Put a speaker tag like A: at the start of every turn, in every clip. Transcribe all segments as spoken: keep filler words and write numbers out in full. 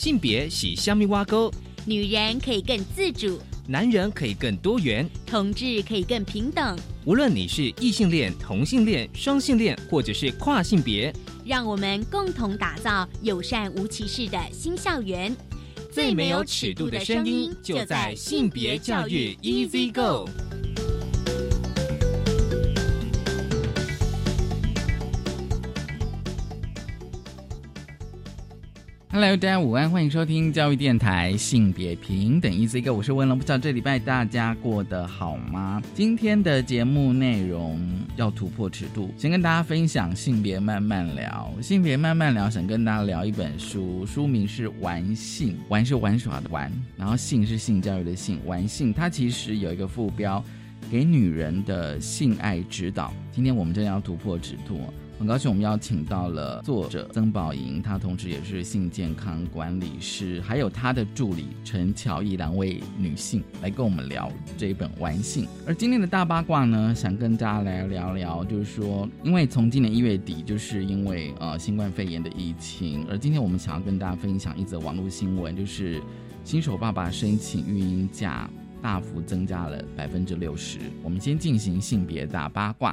A: 性别是虾米挖沟，
B: 女人可以更自主，
A: 男人可以更多元，
B: 同志可以更平等。
A: 无论你是异性恋、同性恋、双性恋，或者是跨性别，
B: 让我们共同打造友善无歧视的新校园。
A: 最没有尺度的声音，就在性别教育 Easy Go。
C: Hello， 大家午安，欢迎收听教育电台性别平等 Easy Go， 我是文龙，不知道这礼拜大家过得好吗？今天的节目内容要突破尺度，先跟大家分享性别慢慢聊。性别慢慢聊，想跟大家聊一本书，书名是玩性，玩是玩耍的玩，然后性是性教育的性，玩性它其实有一个副标，给女人的性爱指导。今天我们真的要突破尺度，很高兴我们邀请到了作者曾宝莹，她同时也是性健康管理师，还有她的助理陈巧艺，两位女性来跟我们聊这一本玩性。而今天的大八卦呢，想跟大家来聊聊，就是说因为从今年一月底，就是因为呃新冠肺炎的疫情，而今天我们想要跟大家分享一则网络新闻，就是新手爸爸申请育婴假大幅增加了百分之六十。我们先进行性别大八卦。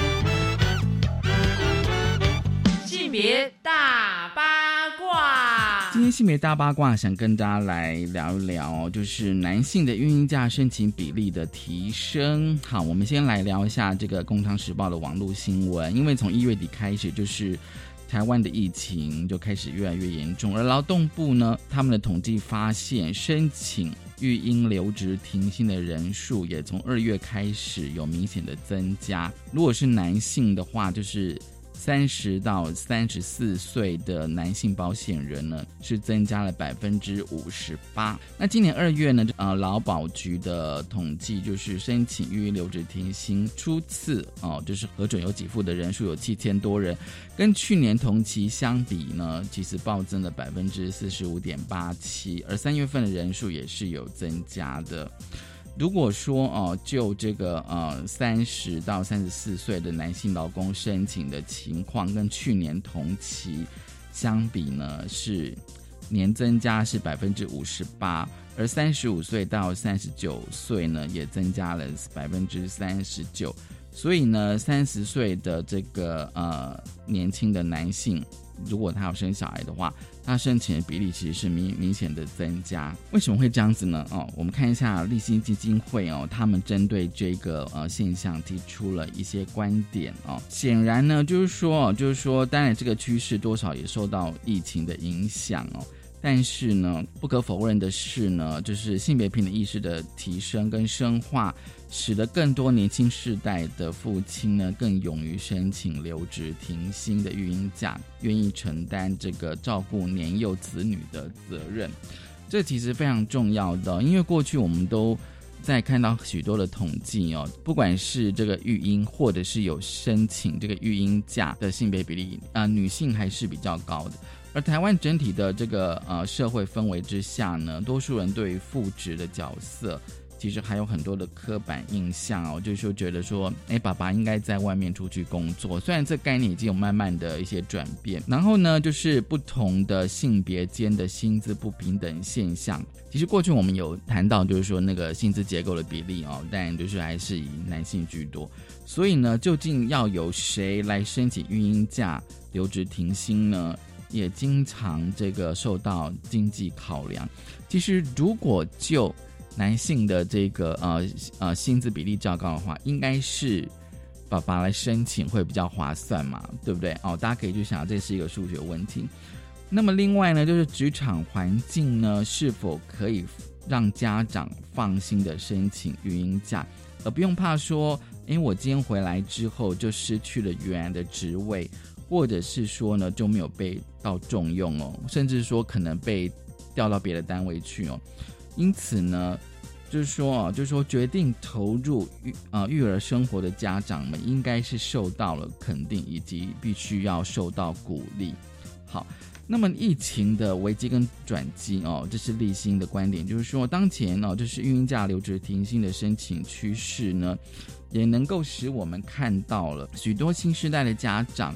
D: 性别大八卦，
C: 今天性别大八卦想跟大家来聊一聊，就是男性的育婴假申请比例的提升。好，我们先来聊一下这个工商时报的网络新闻，因为从一月底开始，就是台湾的疫情就开始越来越严重，而劳动部呢，他们的统计发现，申请育婴留职停薪的人数也从二月开始有明显的增加。如果是男性的话，就是三十到三十四岁的男性保险人呢，是增加了百分之五十八。那今年二月呢，呃，劳保局的统计就是申请育婴留职停薪初次哦，就是核准有给付的人数有七千多人，跟去年同期相比呢，其实暴增了百分之四十五点八七，而三月份的人数也是有增加的。如果说哦，就这个呃三十到三十四岁的男性劳工申请的情况，跟去年同期相比呢，是年增加是百分之五十八，而三十五岁到三十九岁呢，也增加了百分之三十九。所以呢，三十岁的这个呃年轻的男性，如果他要生小孩的话，他申请的比例其实是明明显的增加。为什么会这样子呢？哦，我们看一下立新基金会哦，他们针对这个呃现象提出了一些观点哦。显然呢，就是说，就是说，当然这个趋势多少也受到疫情的影响哦。但是呢，不可否认的是呢，就是性别平等意识的提升跟深化，使得更多年轻世代的父亲呢，更勇于申请留职停薪的育婴假，愿意承担这个照顾年幼子女的责任。这其实非常重要的，因为过去我们都在看到许多的统计哦，不管是这个育婴或者是有申请这个育婴假的性别比例，呃，女性还是比较高的。而台湾整体的这个呃社会氛围之下呢，多数人对于父职的角色其实还有很多的刻板印象哦，就是说觉得说，哎，爸爸应该在外面出去工作。虽然这概念已经有慢慢的一些转变，然后呢，就是不同的性别间的薪资不平等现象。其实过去我们有谈到，就是说那个薪资结构的比例哦，但就是还是以男性居多。所以呢，究竟要由谁来申请育婴假留职停薪呢？也经常这个受到经济考量。其实如果就男性的这个呃呃薪资比例较高的话，应该是爸爸来申请会比较划算嘛，对不对？哦，大家可以去想，这是一个数学问题。那么另外呢，就是职场环境呢，是否可以让家长放心的申请育婴假，而不用怕说，因为我今天回来之后就失去了原来的职位，或者是说呢就没有被到重用哦，甚至说可能被调到别的单位去哦。因此呢，就是说哦，就是说决定投入育呃育儿生活的家长们，应该是受到了肯定，以及必须要受到鼓励。好，那么疫情的危机跟转机哦，这是立新的观点，就是说当前哦，就是育婴假留职停薪的申请趋势呢，也能够使我们看到了许多新世代的家长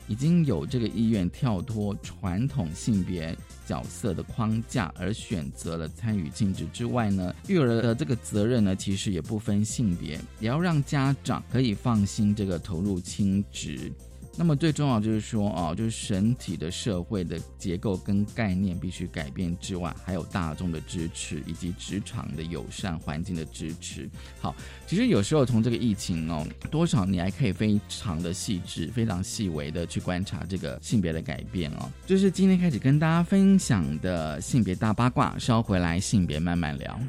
C: 已经有这个意愿跳脱传统性别角色的框架，而选择了参与亲职之外呢，育儿的这个责任呢，其实也不分性别，也要让家长可以放心这个投入亲职。那么最重要就是说哦，就是整体的社会的结构跟概念必须改变之外，还有大众的支持以及职场的友善环境的支持。好，其实有时候从这个疫情哦，多少你还可以非常的细致、非常细微的去观察这个性别的改变哦。就是今天开始跟大家分享的性别大八卦，稍回来性别慢慢聊。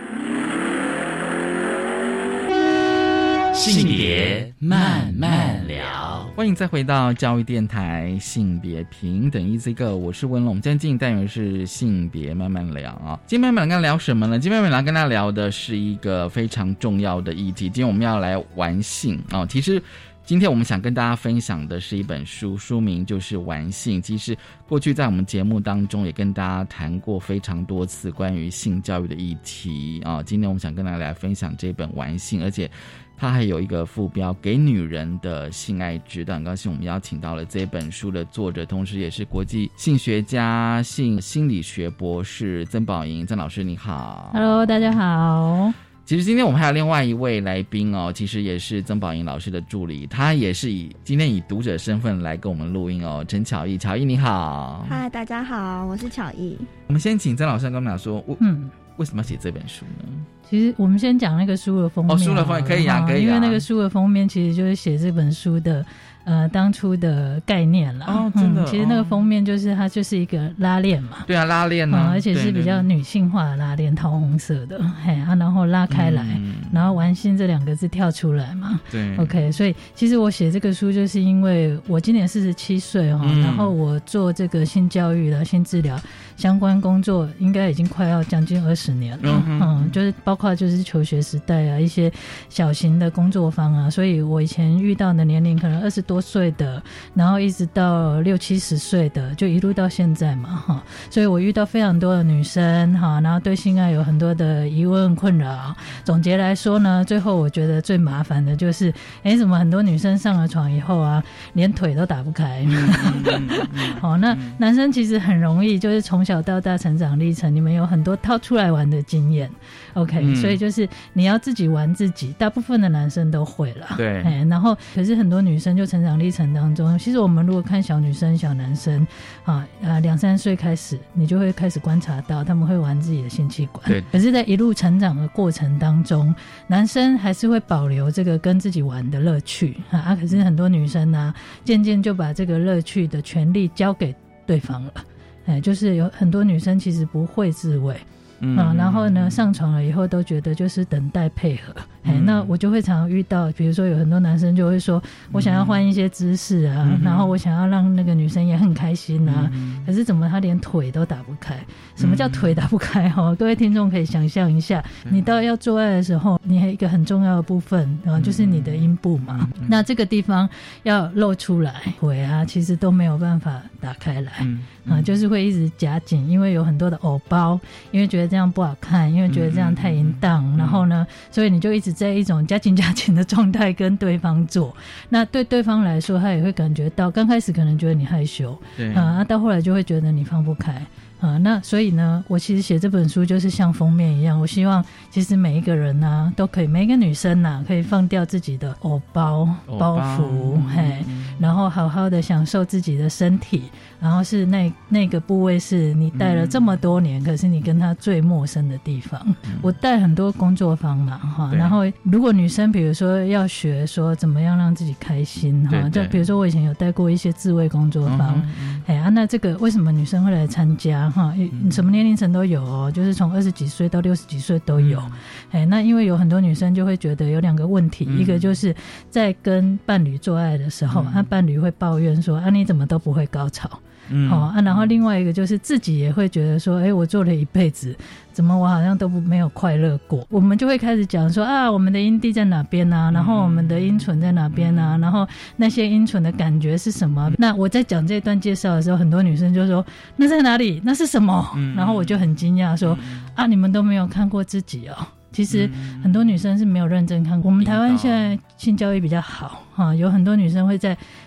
A: 性别慢慢聊，
C: 欢迎再回到教育电台性别平等 E Z Go， 我是文龙。今天进行单元是性别慢慢聊啊。今天慢慢聊跟聊什么呢？今天慢慢聊跟大家聊的是一个非常重要的议题。今天我们要来玩性啊，其实今天我们想跟大家分享的是一本书，书名就是《玩性》。其实过去在我们节目当中也跟大家谈过非常多次关于性教育的议题啊。今天我们想跟大家来分享这本《玩性》，而且它还有一个副标给女人的性爱之道。很高兴我们邀请到了这本书的作者，同时也是国际性学家、性心理学博士曾宝莹。曾老师你好。
E: Hello， 大家好。
C: 其实今天我们还有另外一位来宾哦，其实也是曾宝莹老师的助理，他也是以今天以读者身份来跟我们录音哦。陈巧艺，巧艺你好。
F: 嗨，大家好，我是巧艺。
C: 我们先请曾老师跟我们讲说，嗯，为什么要写这本书呢？
E: 其实我们先讲那个书的封面。
C: 哦，书的封面可以啊，可以啊。
E: 因为那个书的封面其实就是写这本书的呃当初的概念啦。
C: 哦，真的。
E: 嗯、其实那个封面就是它就是一个拉链嘛。
C: 对啊，拉链啊、嗯，
E: 而且是比较女性化的拉链，桃红色的，嘿啊，然后拉开来，嗯、然后玩性这两个字跳出来嘛。
C: 对。
E: OK， 所以其实我写这个书就是因为我今年四十七岁哈，然后我做这个性教育的性治疗相关工作，应该已经快要将近二十年了。嗯, 嗯，就是包括就是求学时代啊，一些小型的工作坊啊，所以我以前遇到的年龄可能二十多岁的，然后一直到六七十岁的，就一路到现在嘛哈。所以我遇到非常多的女生哈，然后对性爱有很多的疑问困扰。总结来说呢，最后我觉得最麻烦的就是，哎，怎么很多女生上了床以后啊，连腿都打不开。好，那男生其实很容易，就是从小到大成长历程，你们有很多掏出来玩的经验。OK，、嗯、所以就是你要自己玩自己，大部分的男生都会啦。
C: 对，
E: 然后可是很多女生就成长历程当中，其实我们如果看小女生、小男生啊，呃，两三岁开始，你就会开始观察到他们会玩自己的性器官。
C: 对，
E: 可是，在一路成长的过程当中，男生还是会保留这个跟自己玩的乐趣啊，啊可是很多女生啊，渐渐就把这个乐趣的权利交给对方了。哎，就是有很多女生其实不会自慰。嗯啊，然后呢，上床了以后都觉得就是等待配合。哎、嗯，那我就会常常遇到，比如说有很多男生就会说，我想要换一些姿势啊、嗯，然后我想要让那个女生也很开心啊，嗯、可是怎么他连腿都打不开？什么叫腿打不开？哦，各位听众可以想象一下，你到要做爱的时候，你还有一个很重要的部分啊，就是你的阴部嘛，嗯、那这个地方要露出来，腿啊其实都没有办法打开来。嗯啊，就是会一直夹紧，因为有很多的偶包，因为觉得这样不好看，因为觉得这样太淫荡、嗯、然后呢，所以你就一直在一种夹紧夹紧的状态跟对方做。那对对方来说，他也会感觉到，刚开始可能觉得你害羞，对啊，到后来就会觉得你放不开。啊，那所以呢，我其实写这本书就是像封面一样，我希望其实每一个人啊都可以，每一个女生啊可以放掉自己的偶包包袱，嘿、嗯，然后好好的享受自己的身体，然后是那那个部位是你带了这么多年、嗯、可是你跟他最陌生的地方、嗯、我带很多工作坊嘛哈，然后如果女生比如说要学说怎么样让自己开心哈，就比如说我以前有带过一些自慰工作坊，哎、嗯、啊，那这个为什么女生会来参加哈？什么年龄层都有哦，就是从二十几岁到六十几岁都有。哎、嗯，那因为有很多女生就会觉得有两个问题、嗯，一个就是在跟伴侣做爱的时候，那、嗯啊、伴侣会抱怨说啊你怎么都不会高潮。嗯，好、哦、啊，然后另外一个就是自己也会觉得说，哎，我做了一辈子，怎么我好像都不没有快乐过？我们就会开始讲说啊，我们的阴蒂在哪边啊，然后我们的阴唇在哪边啊，然后那些阴唇的感觉是什么？那我在讲这段介绍的时候，很多女生就说那在哪里？那是什么？嗯、然后我就很惊讶说啊，你们都没有看过自己哦。其实很多女生是没有认真看过。我们台湾现在性教育比较好哈，有很多女生会在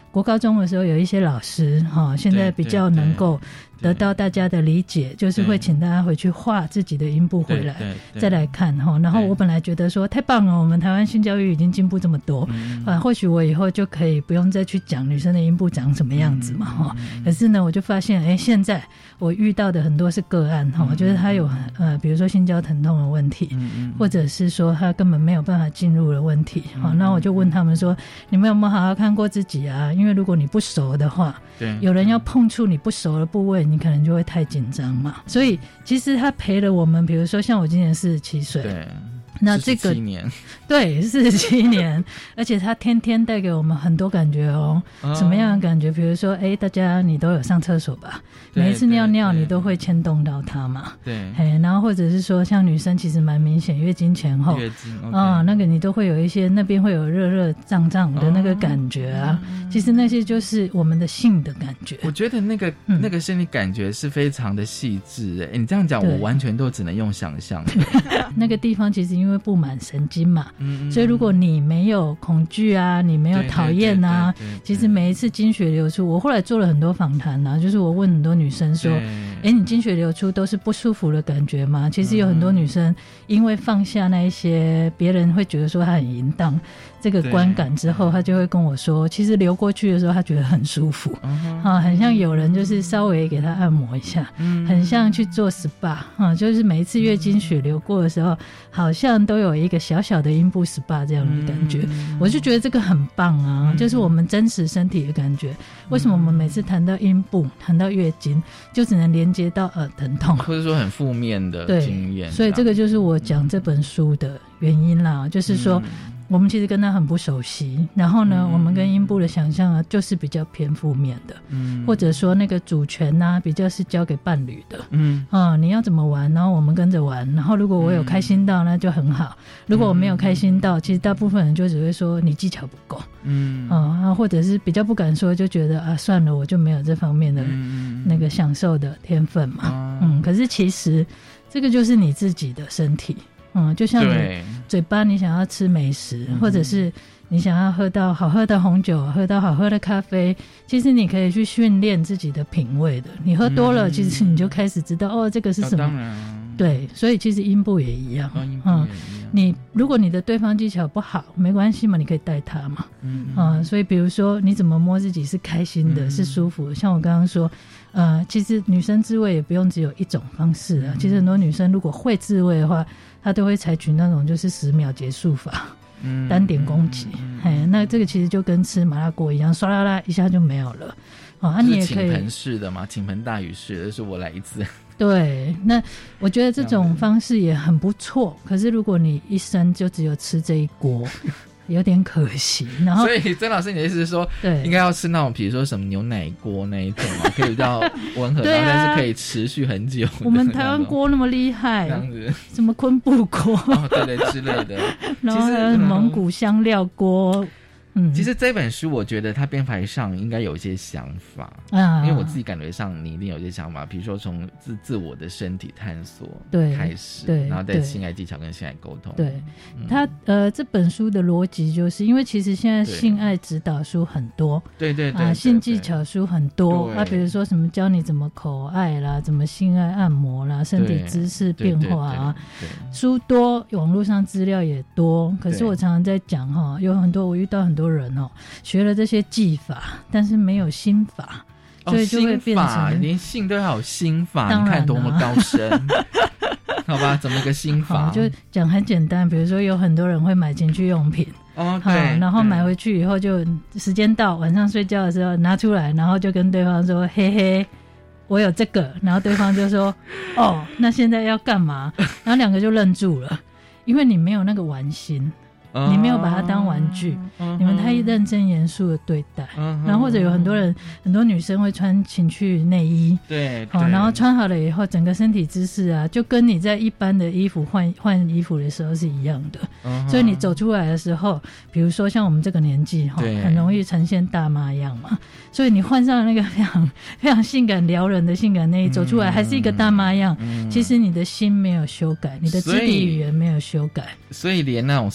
E: 国高中的时候有一些老师哈，现在比较能够得到大家的理解，就是会请大家回去画自己的阴部回来再来看哈。然后我本来觉得说太棒了，我们台湾性教育已经进步这么多，嗯、啊，或许我以后就可以不用再去讲女生的阴部长什么样子嘛哈、嗯。可是呢，我就发现哎，现在我遇到的很多是个案哈，我觉得他有呃，比如说性交疼痛的问题，嗯、或者是说他根本没有办法进入的问题。好、嗯，那我就问他们说，你们有没有好好看过自己啊？因为如果你不熟的话，对，有人要碰触你不熟的部位，你可能就会太紧张嘛。所以其实他陪了我们，比如说像我今年四十七岁，对。那这个
C: 四十七年
E: 对四十七年，而且他天天带给我们很多感觉哦。哦什么样的感觉？比如说，哎，大家你都有上厕所吧？每一次尿尿你都会牵动到他嘛？对。哎，然后或者是说，像女生其实蛮明显，月经前后，月经啊、哦，那个你都会有一些那边会有热热胀胀的那个感觉啊。哦、其实那些就是我们的性的感觉。
C: 我觉得那个、嗯、那个生理感觉是非常的细致。哎，你这样讲，我完全都只能用想象的。
E: 那个地方其实因为因为布满神经嘛、嗯、所以如果你没有恐惧啊，你没有讨厌啊，其实每一次经血流出，我后来做了很多访谈啊，就是我问很多女生说，哎，你经血流出都是不舒服的感觉吗？其实有很多女生因为放下那一些别人会觉得说她很淫荡这个观感之后，她就会跟我说，其实流过去的时候她觉得很舒服、嗯啊、很像有人就是稍微给她按摩一下、嗯、很像去做 S P A、啊、就是每一次月经血流过的时候好像都有一个小小的阴部 S P A 这样的感觉、嗯、我就觉得这个很棒啊、嗯、就是我们真实身体的感觉、嗯、为什么我们每次谈到阴部谈到月经就只能连接到耳疼痛，
C: 或者说很负面的经验，
E: 所以这个就是我讲这本书的原因啦，就是说、嗯我们其实跟他很不熟悉，然后呢、嗯、我们跟阴部的想象啊就是比较偏负面的、嗯、或者说那个主权啊比较是交给伴侣的，嗯啊，你要怎么玩然后我们跟着玩，然后如果我有开心到那就很好，如果我没有开心到、嗯、其实大部分人就只会说你技巧不够，嗯啊，或者是比较不敢说，就觉得啊算了我就没有这方面的那个享受的天分嘛、嗯, 嗯可是其实这个就是你自己的身体，嗯，就像你嘴巴你想要吃美食，或者是你想要喝到好喝的红酒，喝到好喝的咖啡，其实你可以去训练自己的品味的，你喝多了、嗯、其实你就开始知道哦这个是什么、哦、当然对，所以其实阴部也一样、哦、阴部也一样、嗯、你如果你的对方技巧不好没关系嘛，你可以带他嘛，嗯啊、嗯，所以比如说你怎么摸自己是开心的、嗯、是舒服的，像我刚刚说呃，其实女生自慰也不用只有一种方式啊、嗯、其实很多女生如果会自慰的话，她都会采取那种就是十秒结束法，嗯，单点攻击、嗯嗯、那这个其实就跟吃麻辣锅一样，刷啦啦一下就没有了、哦、啊，你也可以
C: 倾盆式的嘛，倾盆大雨式的，就是我来一次，
E: 对，那我觉得这种方式也很不错，可是如果你一生就只有吃这一锅有点可惜，然后
C: 所以曾老师你的意思是说，对，应该要吃那种比如说什么牛奶锅那一种啊，可以比较温和，对啊，但是可以持续很久的。
E: 我们台湾锅那么厉害，这样子，什么昆布锅，
C: 哦，对对之类的，
E: 然后还有蒙古香料锅。嗯，
C: 其实这本书我觉得它编排上应该有一些想法啊，因为我自己感觉上你一定有一些想法，比如说从自自我的身体探索对开始，对，然后在性爱技巧跟性爱沟通。
E: 对，嗯、他呃这本书的逻辑就是因为其实现在性爱指导书很多，
C: 对对 对, 对, 对,
E: 对啊，性技巧书很多啊，比如说什么教你怎么口爱啦，怎么性爱按摩啦，身体姿势变化啊，书多，网络上资料也多，可是我常常在讲哈，有很多我遇到很多。人哦，学了这些技法，但是没有心法，所以就会变成、
C: 哦、连性都要有心法，你看多么高深。好吧，怎么个心法？
E: 就讲很简单，比如说有很多人会买情趣用品哦，对，然后买回去以后就时间到，晚上睡觉的时候拿出来，然后就跟对方说：“嘿嘿，我有这个。”然后对方就说：“哦，那现在要干嘛？”然后两个就愣住了，因为你没有那个玩心。你没有把它当玩具、uh-huh. 你们太认真严肃的对待、uh-huh. 然后或者有很多人很多女生会穿情趣内衣，对，好、哦，然后穿好了以后整个身体姿势啊就跟你在一般的衣服换换衣服的时候是一样的、uh-huh. 所以你走出来的时候比如说像我们这个年纪、哦、很容易呈现大妈样嘛，所以你换上那个非常非常性感撩人的性感内衣、嗯、走出来还是一个大妈样、嗯、其实你的心没有修改，你的肢体语言没有修改，
C: 所以连那种身体的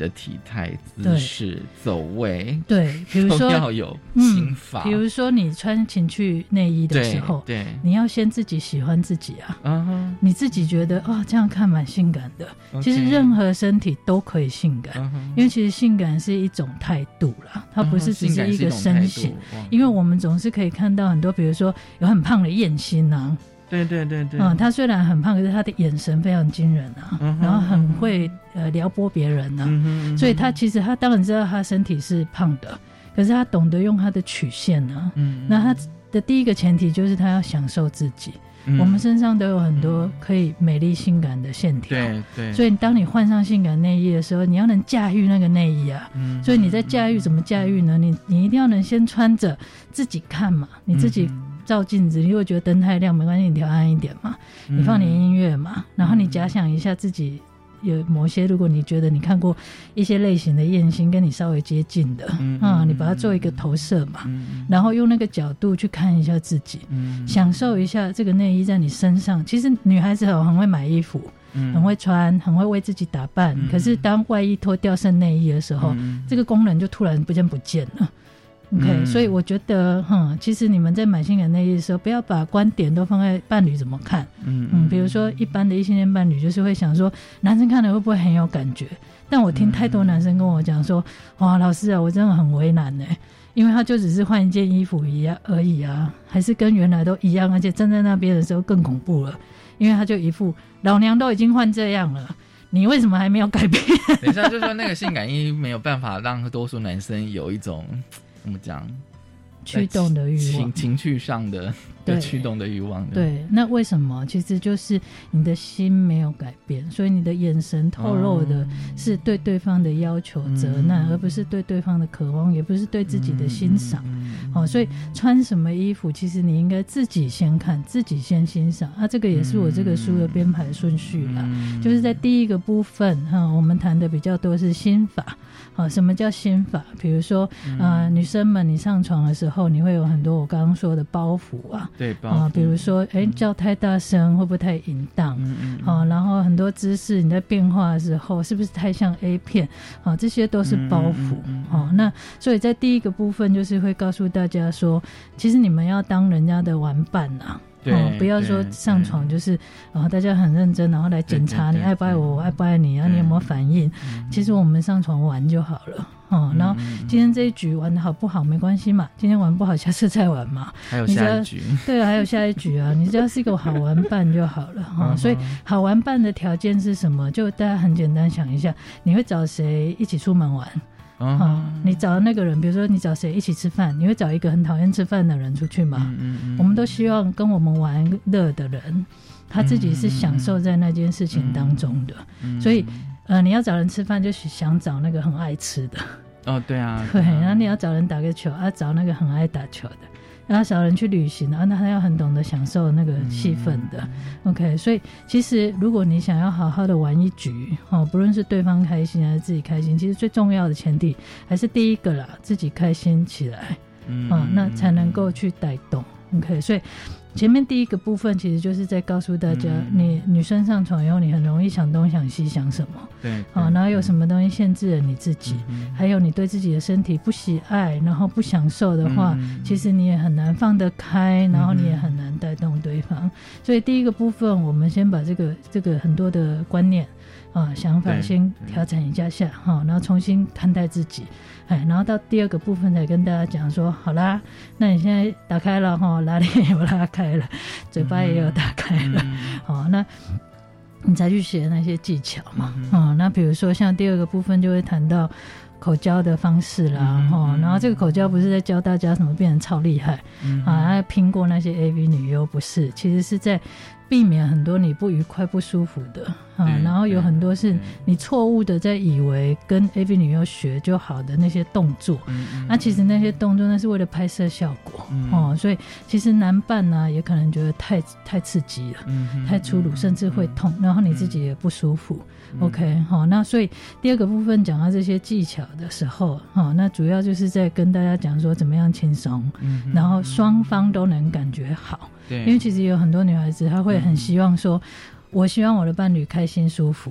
C: 的体态、姿势、走位，
E: 对，比如说
C: 都要有心法。
E: 嗯、比如说你穿情趣内衣的时候，
C: 对，对
E: 你要先自己喜欢自己啊，
C: uh-huh.
E: 你自己觉得哦这样看蛮性感的。Okay. 其实任何身体都可以性感， uh-huh. 因为其实性感是一种态度啦，它不是只是一个身形。Uh-huh. 因为我们总是可以看到很多，比如说有很胖的艳星啊。
C: 对对对对，
E: 嗯，他虽然很胖，可是他的眼神非常惊人啊，嗯、然后很会呃撩拨别人啊、嗯，所以他其实他当然知道他身体是胖的，可是他懂得用他的曲线啊，嗯，那他的第一个前提就是他要享受自己。嗯、我们身上都有很多可以美丽性感的线条，
C: 对对，
E: 所以当你换上性感内衣的时候，你要能驾驭那个内衣啊。嗯，所以你在驾驭怎么驾驭呢？你你一定要能先穿着自己看嘛，你自己照镜子，你如果觉得灯太亮没关系，你调暗一点嘛，你放点音乐嘛，然后你假想一下自己有某些，如果你觉得你看过一些类型的艳星跟你稍微接近的，嗯，嗯你把它做一个投射嘛，嗯，然后用那个角度去看一下自己，嗯，享受一下这个内衣在你身上。其实女孩子很会买衣服，嗯，很会穿，很会为自己打扮，嗯，可是当外衣脱掉剩内衣的时候，嗯，这个功能就突然不见不见了。OK，嗯，所以我觉得，哼，其实你们在买性感内衣的时候，不要把观点都放在伴侣怎么看，嗯嗯，比如说一般的异性恋伴侣就是会想说，男生看了会不会很有感觉？但我听太多男生跟我讲说，哇，老师啊，我真的很为难呢，因为他就只是换一件衣服一样而已啊，还是跟原来都一样，而且站在那边的时候更恐怖了，因为他就一副老娘都已经换这样了。你为什么还没有改变？
C: 等一下，就说那个性感衣没有办法让多数男生有一种怎么讲
E: 驱动的欲望，
C: 情情绪上的的驱动的欲望。
E: 对，那为什么？其实就是你的心没有改变，所以你的眼神透露的是对对方的要求、责难，嗯，而不是对对方的渴望，也不是对自己的欣赏。嗯哦，所以穿什么衣服，其实你应该自己先看，自己先欣赏啊。这个也是我这个书的编排顺序啦，嗯，就是在第一个部分哈，我们谈的比较多是心法。好，什么叫心法？比如说，嗯、呃，女生们，你上床的时候，你会有很多我刚刚说的包袱啊，
C: 对，包袱
E: 啊，比如说，哎，叫太大声会不会太淫荡？嗯嗯，好，然后很多姿势你在变化的时候，是不是太像 A 片？好，这些都是包袱。嗯、好，那所以在第一个部分就是会告诉大家说，其实你们要当人家的玩伴啊。哦，不要说上床就是然后大家很认真，然后来检查你爱不爱我，我爱不爱你，然后你有没有反应。其实我们上床玩就好了，哦，然后今天这一局玩的好不好没关系嘛，今天玩不好下次再玩嘛，
C: 还有下一局。
E: 对啊，还有下一局啊，你只要是一个好玩伴就好了哈，哦。所以好玩伴的条件是什么？就大家很简单想一下，你会找谁一起出门玩？嗯哦，你找那个人，比如说你找谁一起吃饭，你会找一个很讨厌吃饭的人出去吗？嗯嗯嗯，我们都希望跟我们玩乐的人，他自己是享受在那件事情当中的。嗯嗯，所以呃，你要找人吃饭，就想找那个很爱吃的。哦，
C: 对啊，
E: 对，然后你要找人打个球，啊，找那个很爱打球的。然后找人去旅行，然后那他要很懂得享受那个气氛的，嗯、OK。所以其实如果你想要好好的玩一局，哦，不论是对方开心还是自己开心，其实最重要的前提还是第一个啦，自己开心起来，嗯，哦，那才能够去带动 ，OK。所以前面第一个部分其实就是在告诉大家，嗯、你女生上床以后，你很容易想东想西，想什么？对，好，然后有什么东西限制了你自己，嗯、还有你对自己的身体不喜爱，然后不享受的话，嗯、其实你也很难放得开，然后你也很难带动对方。嗯、所以第一个部分，我们先把这个这个很多的观念啊想法先调整一下下哈，然后重新看待自己。哎，然后到第二个部分才跟大家讲说，好啦，那你现在打开了哈，拉链也有拉开了，嘴巴也有打开了，嗯、好，那你才去学那些技巧嘛，嗯、哦，那比如说像第二个部分就会谈到口交的方式啦，嗯哦、然后这个口交不是在教大家怎么变成超厉害，嗯、啊，拼过那些 A V 女优，不是，其实是在避免很多你不愉快不舒服的啊，然后有很多是你错误的在以为跟 A V 女优学就好的那些动作，那、嗯啊、其实那些动作那是为了拍摄效果，嗯、哦，所以其实男伴呢、啊、也可能觉得太太刺激了，嗯、太粗鲁，嗯、甚至会痛，嗯、然后你自己也不舒服。嗯、OK， 好，那所以第二个部分讲到这些技巧的时候，哦，那主要就是在跟大家讲说怎么样轻松，嗯、然后双方都能感觉好。对，因为其实有很多女孩子她会很希望说，嗯、我希望我的伴侣开心舒服，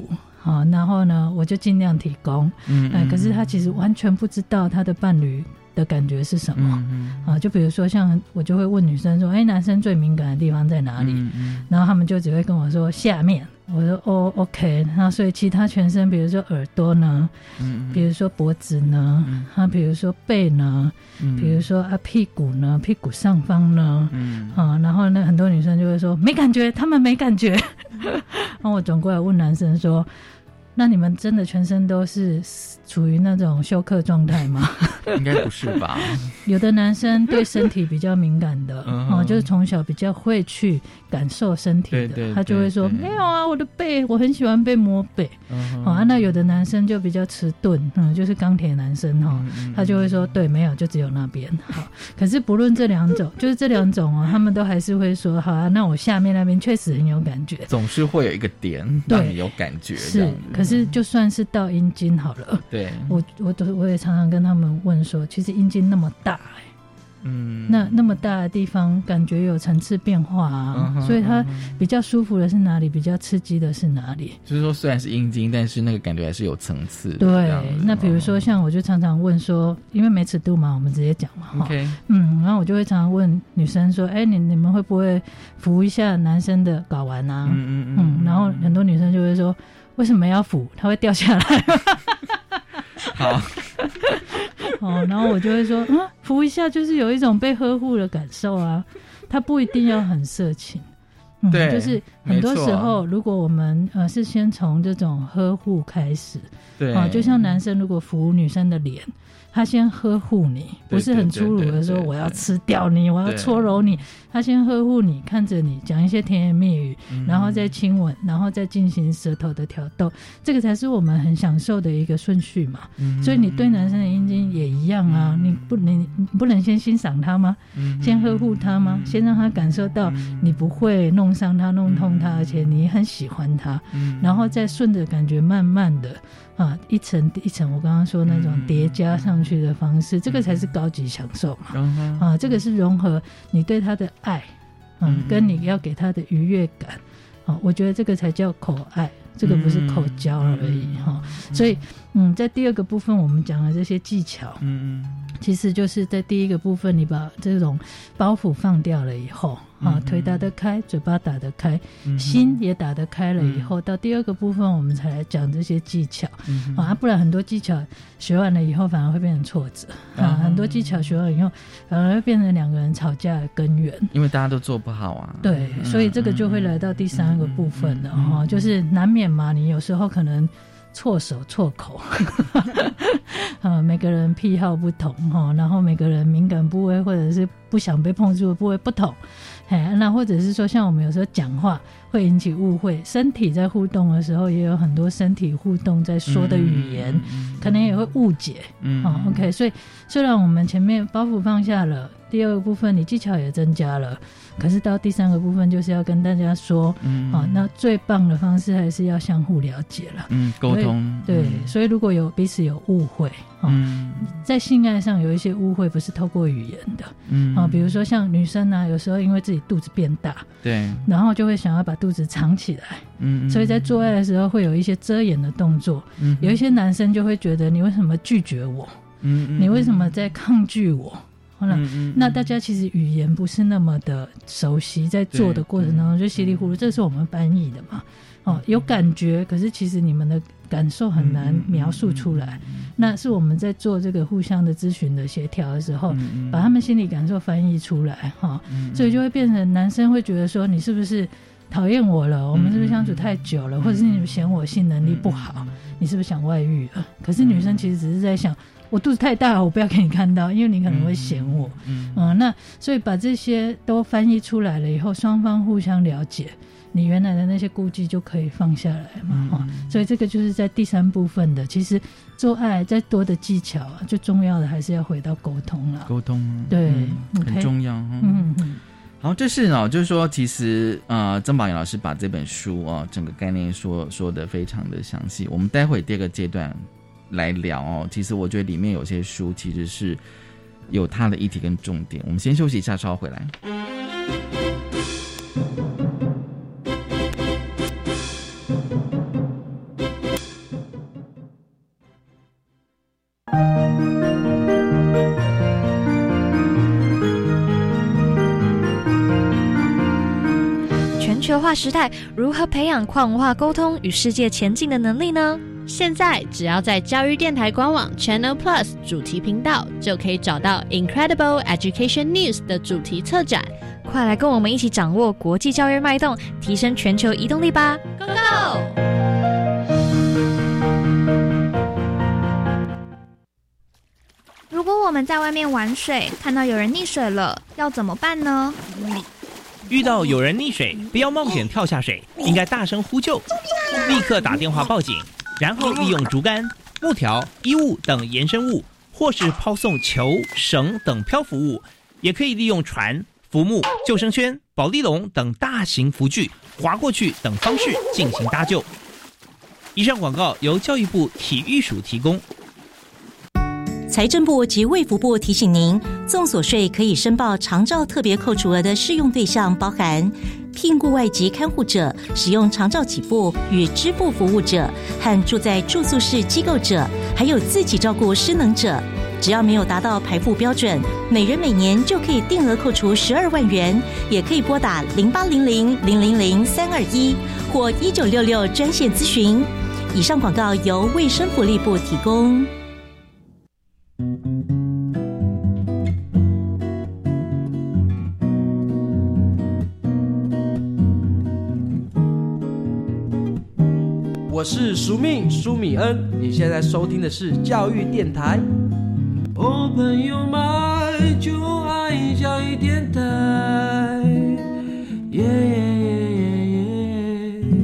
E: 好，然后呢我就尽量提供，嗯、呃，可是他其实完全不知道他的伴侣的感觉是什么、嗯、啊？就比如说像我就会问女生说，哎，男生最敏感的地方在哪里？嗯嗯、然后他们就只会跟我说下面。我说哦 ，OK， 那所以其他全身，比如说耳朵呢，嗯、比如说脖子呢，嗯、啊，比如说背呢，嗯、比如说啊屁股呢，屁股上方呢，嗯、啊，然后呢很多女生就会说没感觉，他们没感觉。然后我转过来问男生说，那你们真的全身都是处于那种休克状态吗？
C: 应该不是吧？
E: 有的男生对身体比较敏感的、嗯哦、就是从小比较会去感受身体的，对对对，他就会说没有啊，我的背我很喜欢被摸背、嗯哦啊、那有的男生就比较迟钝、嗯、就是钢铁男生、哦嗯、他就会说对，没有，就只有那边好。可是不论这两种就是这两种、哦、他们都还是会说好啊，那我下面那边确实很有感觉，
C: 总是会有一个点让你有感觉，
E: 是。可是就算是到阴茎好了，对，我我都我也常常跟他们问说，其实阴茎那么大、欸，嗯，那那么大的地方，感觉有层次变化啊，嗯、所以它比较舒服的是哪里，比较刺激的是哪里？
C: 就是说，虽然是阴茎，但是那个感觉还是有层次的。
E: 对，那比如说像我就常常问说，因为没尺度嘛，我们直接讲嘛，
C: OK，
E: 嗯，然后我就会常常问女生说，哎、欸，你你们会不会扶一下男生的睾丸啊？嗯嗯 嗯, 嗯，然后很多女生就会说，为什么要扶？它会掉下来。
C: 好。
E: 哦，然后我就会说，嗯，扶一下就是有一种被呵护的感受啊，它不一定要很色情，嗯，对，就是很多时候，如果我们呃是先从这种呵护开始，对，啊，就像男生如果扶女生的脸，他先呵护你，不是很粗鲁的说我要吃掉你，我要搓揉你，他先呵护你，看着你，讲一些甜言蜜语，嗯、然后再亲吻，然后再进行舌头的挑逗，这个才是我们很享受的一个顺序嘛。嗯、所以你对男生的阴茎也一样啊，嗯、你不你你不能先欣赏他吗？嗯、先呵护他吗？嗯、先让他感受到你不会弄伤他、弄痛他，而且你很喜欢他，嗯、然后再顺着感觉慢慢的。啊，一层一层，我刚刚说那种叠加上去的方式，嗯、这个才是高级享受嘛。嗯、啊，这个是融合你对他的爱，嗯，嗯跟你要给他的愉悦感。啊，我觉得这个才叫口爱，这个不是口交而已哈、嗯嗯。所以，嗯，在第二个部分我们讲的这些技巧，嗯，其实就是在第一个部分，你把这种包袱放掉了以后。啊，腿打得开，嘴巴打得开，嗯、心也打得开了以后，嗯、到第二个部分我们才来讲这些技巧、嗯、啊，不然很多技巧学完了以后反而会變成挫折、嗯、啊，很多技巧学完以后反而会变成两个人吵架的根源，
C: 因为大家都做不好啊。
E: 对，嗯、所以这个就会来到第三个部分了哈、嗯嗯，就是难免嘛，你有时候可能错手错口啊，每个人癖好不同哈，然后每个人敏感部位或者是不想被碰触的部位不同，那或者是说像我们有时候讲话会引起误会，身体在互动的时候也有很多身体互动在说的语言、嗯、可能也会误解、嗯哦、OK， 所以虽然我们前面包袱放下了，第二个部分你技巧也增加了，可是到第三个部分就是要跟大家说、嗯哦、那最棒的方式还是要相互了解了，
C: 嗯，沟通，
E: 对、嗯，所以如果有彼此有误会、哦嗯、在性爱上有一些误会不是透过语言的，嗯、哦，比如说像女生啊，有时候因为自己肚子变大，对，然后就会想要把肚子藏起来，嗯，所以在做爱的时候会有一些遮掩的动作，嗯，有一些男生就会觉得你为什么拒绝我，嗯，你为什么在抗拒我，嗯嗯，那大家其实语言不是那么的熟悉，在做的过程当中就稀里糊涂，这是我们翻译的嘛，哦，有感觉，可是其实你们的感受很难描述出来，嗯嗯嗯，那是我们在做这个互相的咨询的协调的时候，嗯嗯，把他们心理感受翻译出来，哦嗯嗯，所以就会变成男生会觉得说你是不是讨厌我了，我们是不是相处太久了，嗯嗯，或者是你嫌我性能力不好，嗯嗯，你是不是想外遇了，可是女生其实只是在想我肚子太大了，我不要给你看到，因为你可能会嫌我，嗯，嗯，呃、那所以把这些都翻译出来了以后，双方互相了解，你原来的那些顾忌就可以放下来嘛，嗯哦，所以这个就是在第三部分的，其实做爱再多的技巧啊，最重要的还是要回到沟通了，
C: 沟通，
E: 对，
C: 嗯，很重要，嗯嗯。好，这是哦，就是说，其实呃，曾宝仪老师把这本书哦，整个概念说说得非常的详细。我们待会第二个阶段来聊哦，其实我觉得里面有些书其实是有它的议题跟重点。我们先休息一下，稍后回来。
G: 球化时代，如何培养跨文化沟通与世界前进的能力呢？
H: 现在只要在教育电台官网 Channel Plus 主题频道，就可以找到 Incredible Education News 的主题策展。
G: 快来跟我们一起掌握国际教育脉动，提升全球移动力吧
H: ！Go Go！
F: 如果我们在外面玩水，看到有人溺水了，要怎么办呢？
I: 遇到有人溺水，不要冒险跳下水，应该大声呼救，立刻打电话报警，然后利用竹竿、木条、衣物等延伸物，或是抛送球、绳等漂浮物，也可以利用船、浮木、救生圈、保丽龙等大型浮具划过去等方式进行搭救。以上广告由教育部体育署提供。
J: 财政部及卫福部提醒您，综所税可以申报长照特别扣除额的适用对象包含聘雇外籍看护者、使用长照给付与支付服务者和住在住宿式机构者，还有自己照顾失能者。只要没有达到排付标准，每人每年就可以定额扣除十二万元，也可以拨打零八零零零零零三二一或一九六六专线咨询。以上广告由卫生福利部提供。
K: 我是苏命苏米恩，你现在收听的是教育电台。Open your mind， 就爱教育电台。Yeah, yeah, yeah, yeah.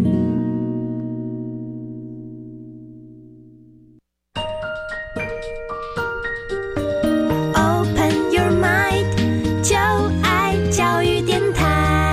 L: Open your mind， 就爱教育电台。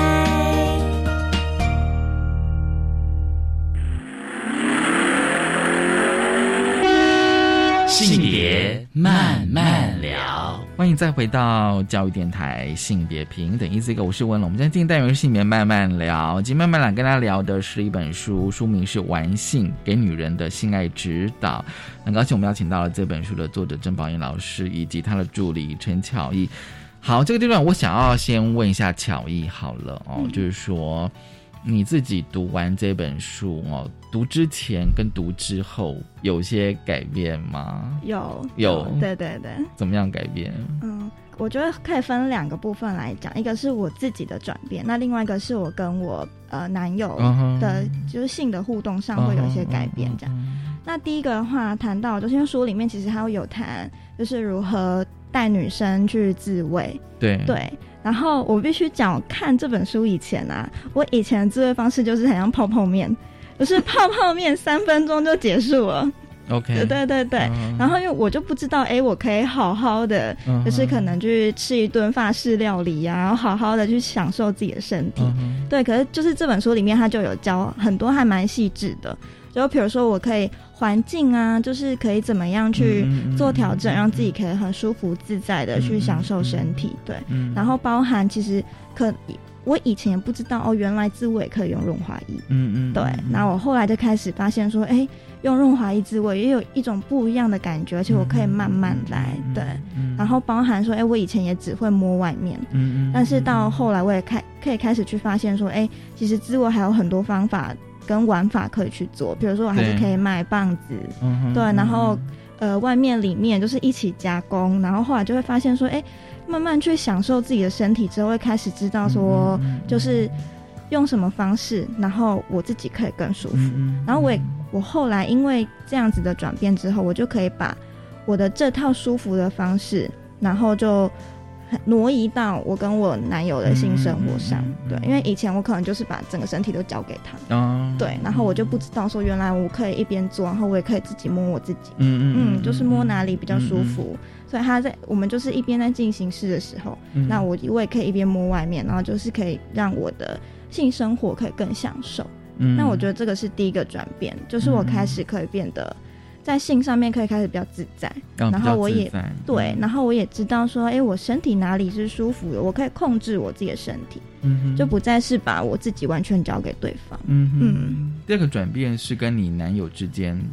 A: 性别慢慢聊，
C: 欢迎再回到教育电台性别平等一这个，我是温龙。我们今天进行单元是性别慢慢聊，今天慢慢聊跟大家聊的是一本书，书名是《玩性给女人的性爱指导》。很高兴我们邀请到了这本书的作者郑宝英老师以及他的助理陈巧艺。好，这个阶段我想要先问一下巧艺好了哦，嗯、就是说你自己读完这本书哦，读之前跟读之后有些改变吗？
F: 有
C: 有，
F: 对对对。
C: 怎么样改变？嗯，
F: 我觉得可以分两个部分来讲，一个是我自己的转变，那另外一个是我跟我呃男友的，就是性的互动上会有一些改变这样。Uh-huh, uh-huh, uh-huh. 那第一个的话，谈到就是因为书里面其实还有谈，就是如何带女生去自慰。
C: 对
F: 对。然后我必须讲，看这本书以前啊，我以前的自慰方式就是很像泡泡面，就是泡泡面三分钟就结束了。
C: OK，
F: 对对对对。Uh-huh. 然后因为我就不知道，哎，我可以好好的， uh-huh. 就是可能去吃一顿法式料理啊，然后好好的去享受自己的身体。Uh-huh. 对，可是就是这本书里面它就有教很多还蛮细致的，就比如说我可以环境啊，就是可以怎么样去做调整，让自己可以很舒服自在的去享受身体。对，然后包含其实可我以前也不知道哦，原来自慰可以用润滑液。嗯嗯，对。然后我后来就开始发现说，哎，用润滑液自慰也有一种不一样的感觉，而且我可以慢慢来。对，然后包含说，哎，我以前也只会摸外面，嗯嗯，但是到后来我也开可以开始去发现说，哎，其实自慰还有很多方法跟玩法可以去做，比如说我还是可以买棒子，对，然后呃外面里面就是一起加工，然后后来就会发现说，哎，慢慢去享受自己的身体之后，会开始知道说，就是用什么方式，然后我自己可以更舒服。然后我也我后来因为这样子的转变之后，我就可以把我的这套舒服的方式，然后就挪移到我跟我男友的性生活上。嗯嗯嗯、对，因为以前我可能就是把整个身体都交给他，哦、对，然后我就不知道说原来我可以一边做，然后我也可以自己摸我自己，嗯嗯, 嗯，就是摸哪里比较舒服。嗯嗯，所以他在我们就是一边在进行式的时候，嗯、那我我也可以一边摸外面，然后就是可以让我的性生活可以更享受。嗯，那我觉得这个是第一个转变，就是我开始可以变得在性上面可以开始比较自在，嗯、然后我也对、嗯，然后我也知道说，哎，我身体哪里是舒服的，我可以控制我自己的身体，嗯，就不再是把我自己完全交给对方。嗯
C: 嗯，这个转变是跟你男友之间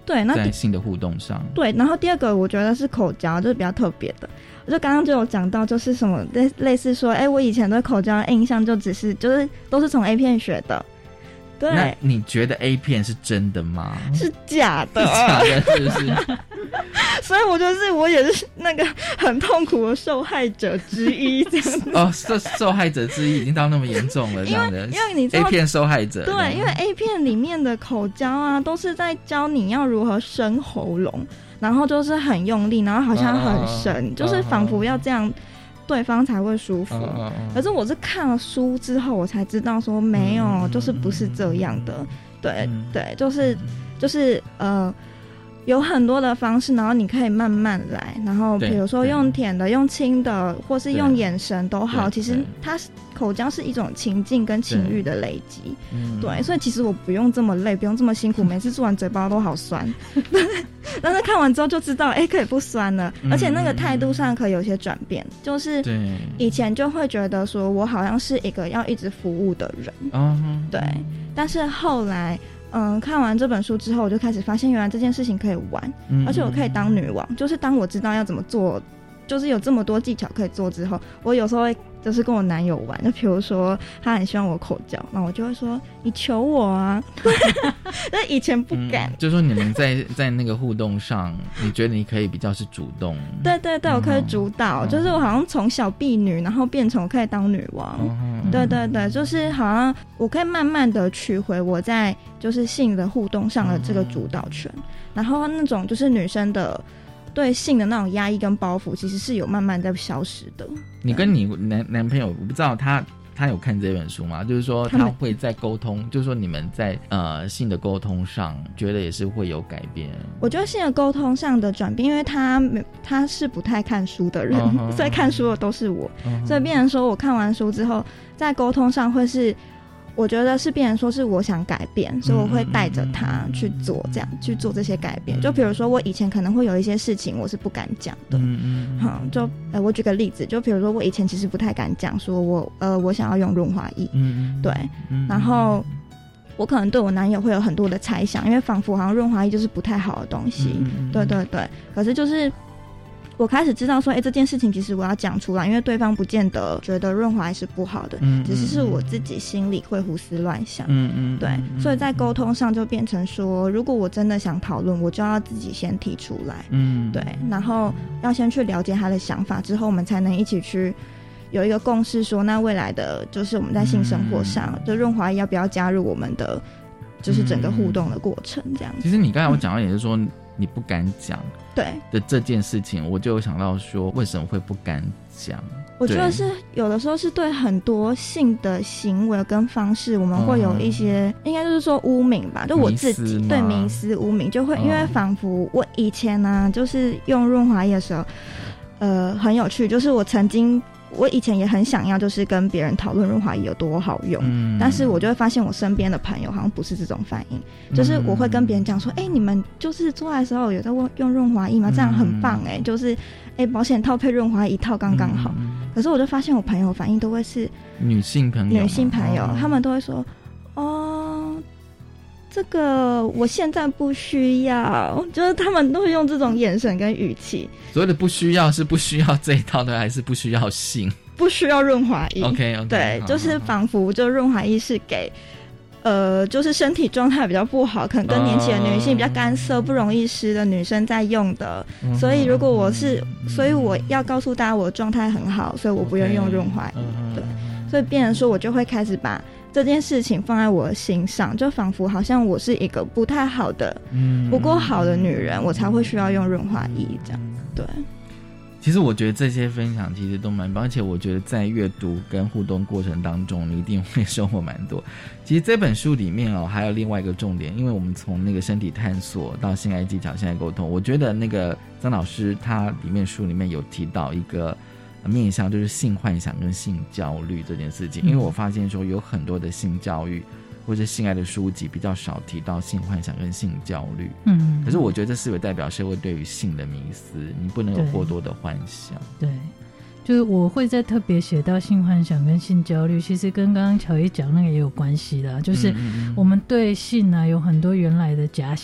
F: 对，那
C: 在性的互动上，
F: 对，然后第二个我觉得是口交，就是比较特别的。我就刚刚就有讲到，就是什么类类似说，哎，我以前对口交的印象就只是就是都是从 A 片学的。对，
C: 那你觉得 A 片是真的吗？
F: 是假的，
C: 是假的，是不是？
F: 所以我就是我也是那个很痛苦的受害者之一，这样子。
C: 哦，受受害者之一已经到那么严重了，这样的。
F: 因为因为你知道
C: A 片受害者，
F: 对，因为 A 片里面的口交啊，都是在教你要如何伸喉咙，然后就是很用力，然后好像很深，哦、就是仿佛要这样。对方才会舒服，嗯嗯嗯，可是我是看了书之后，我才知道说没有，嗯、就是不是这样的。嗯、对、嗯、对，就是就是呃，有很多的方式，然后你可以慢慢来，然后比如说用舔的、用亲的，或是用眼神都好。其实它口交是一种情境跟情欲的累积，对，对，所以其实我不用这么累，不用这么辛苦，每次做完嘴巴都好酸。但是看完之后就知道，哎、欸，可以不酸了，而且那个态度上可以有些转变，就是以前就会觉得说我好像是一个要一直服务的人，嗯、对，但是后来。嗯，看完这本书之后，我就开始发现，原来这件事情可以玩，嗯、而且我可以当女王。就是当我知道要怎么做，就是有这么多技巧可以做之后，我有时候会就是跟我男友玩，就比如说他很希望我口交，那我就会说你求我啊，但以前不敢。
C: 嗯、就是说你们在在那个互动上，你觉得你可以比较是主动？
F: 对对对，我可以主导，嗯、就是我好像从小婢女，然后变成我可以当女王。嗯、对对对，就是好像我可以慢慢的取回我在就是性的互动上的这个主导权，嗯、然后那种就是女生的。对性的那种压抑跟包袱，其实是有慢慢在消失的。
C: 你跟你男男朋友，我不知道他他有看这本书吗？就是说他会在沟通，就是说你们在呃性的沟通上，觉得也是会有改变。
F: 我觉得性的沟通上的转变，因为他他是不太看书的人， uh-huh. 所以看书的都是我， uh-huh. 所以变成说我看完书之后，在沟通上会是。我觉得是变成说是我想改变，所以我会带着他去做这样去做这些改变。就比如说我以前可能会有一些事情我是不敢讲的，嗯嗯，就呃我举个例子，就比如说我以前其实不太敢讲说我呃我想要用润滑液，嗯对，然后我可能对我男友会有很多的猜想，因为仿佛好像润滑液就是不太好的东西，嗯、对对对，可是就是。我开始知道说，哎、欸，这件事情其实我要讲出来，因为对方不见得觉得润滑液是不好的，嗯、只是是我自己心里会胡思乱想，嗯嗯，对，嗯、所以在沟通上就变成说，如果我真的想讨论，我就要自己先提出来，嗯，对，然后要先去了解他的想法，之后我们才能一起去有一个共识说，那未来的就是我们在性生活上，嗯、就润滑液要不要加入我们的，就是整个互动的过程这样子。
C: 其实你刚才我讲到也是说。嗯你不敢讲
F: 对
C: 的这件事情，我就有想到说为什么会不敢讲。
F: 我觉得是有的时候是对很多性的行为跟方式，我们会有一些、嗯、应该就是说污名吧，就我自己对迷思污名，就会因为仿佛我以前呢、啊、就是用润滑液的时候，呃，很有趣，就是我曾经。我以前也很想要，就是跟别人讨论润滑液有多好用，嗯、但是我就会发现我身边的朋友好像不是这种反应，嗯、就是我会跟别人讲说，哎、欸，你们就是做爱的时候有在用润滑液吗？这样很棒哎、欸，就是哎、欸，保险套配润滑液一套刚刚好。嗯、可是我就发现我朋友反应都会是
C: 女性朋友，
F: 女性朋友，哦、他们都会说，哦。这个我现在不需要，就是他们都会用这种眼神跟语气。
C: 所谓的不需要是不需要这一套的，还是不需要性？
F: 不需要润滑液。
C: OK OK，
F: 对，就是仿佛就润滑液是给，呃，就是身体状态比较不好，可能更年期的女性比较干涩、不容易湿的女生在用的。嗯、所以如果我是，所以我要告诉大家我的状态很好，所以我不愿意用润滑液。Okay, 对，所以变成说我就会开始把。这件事情放在我的心上，就仿佛好像我是一个不太好的、嗯、不够好的女人，我才会需要用润滑液这样。对，
C: 其实我觉得这些分享其实都蛮棒，而且我觉得在阅读跟互动过程当中，你一定会收获蛮多。其实这本书里面哦，还有另外一个重点，因为我们从那个身体探索到性爱技巧、性爱沟通，我觉得那个张老师他里面书里面有提到一个。面向就是性幻想跟性焦虑这件事情，因为我发现说有很多的性教育或者性爱的书籍比较少提到性幻想跟性焦虑，嗯，可是我觉得这是有代表社会对于性的迷思，你不能有过多的幻想。
E: 对，就是我会再特别写到性幻想跟性焦虑，其实跟刚刚乔伊讲那个也有关系啦，就是我们对性啊有很多原来的假想。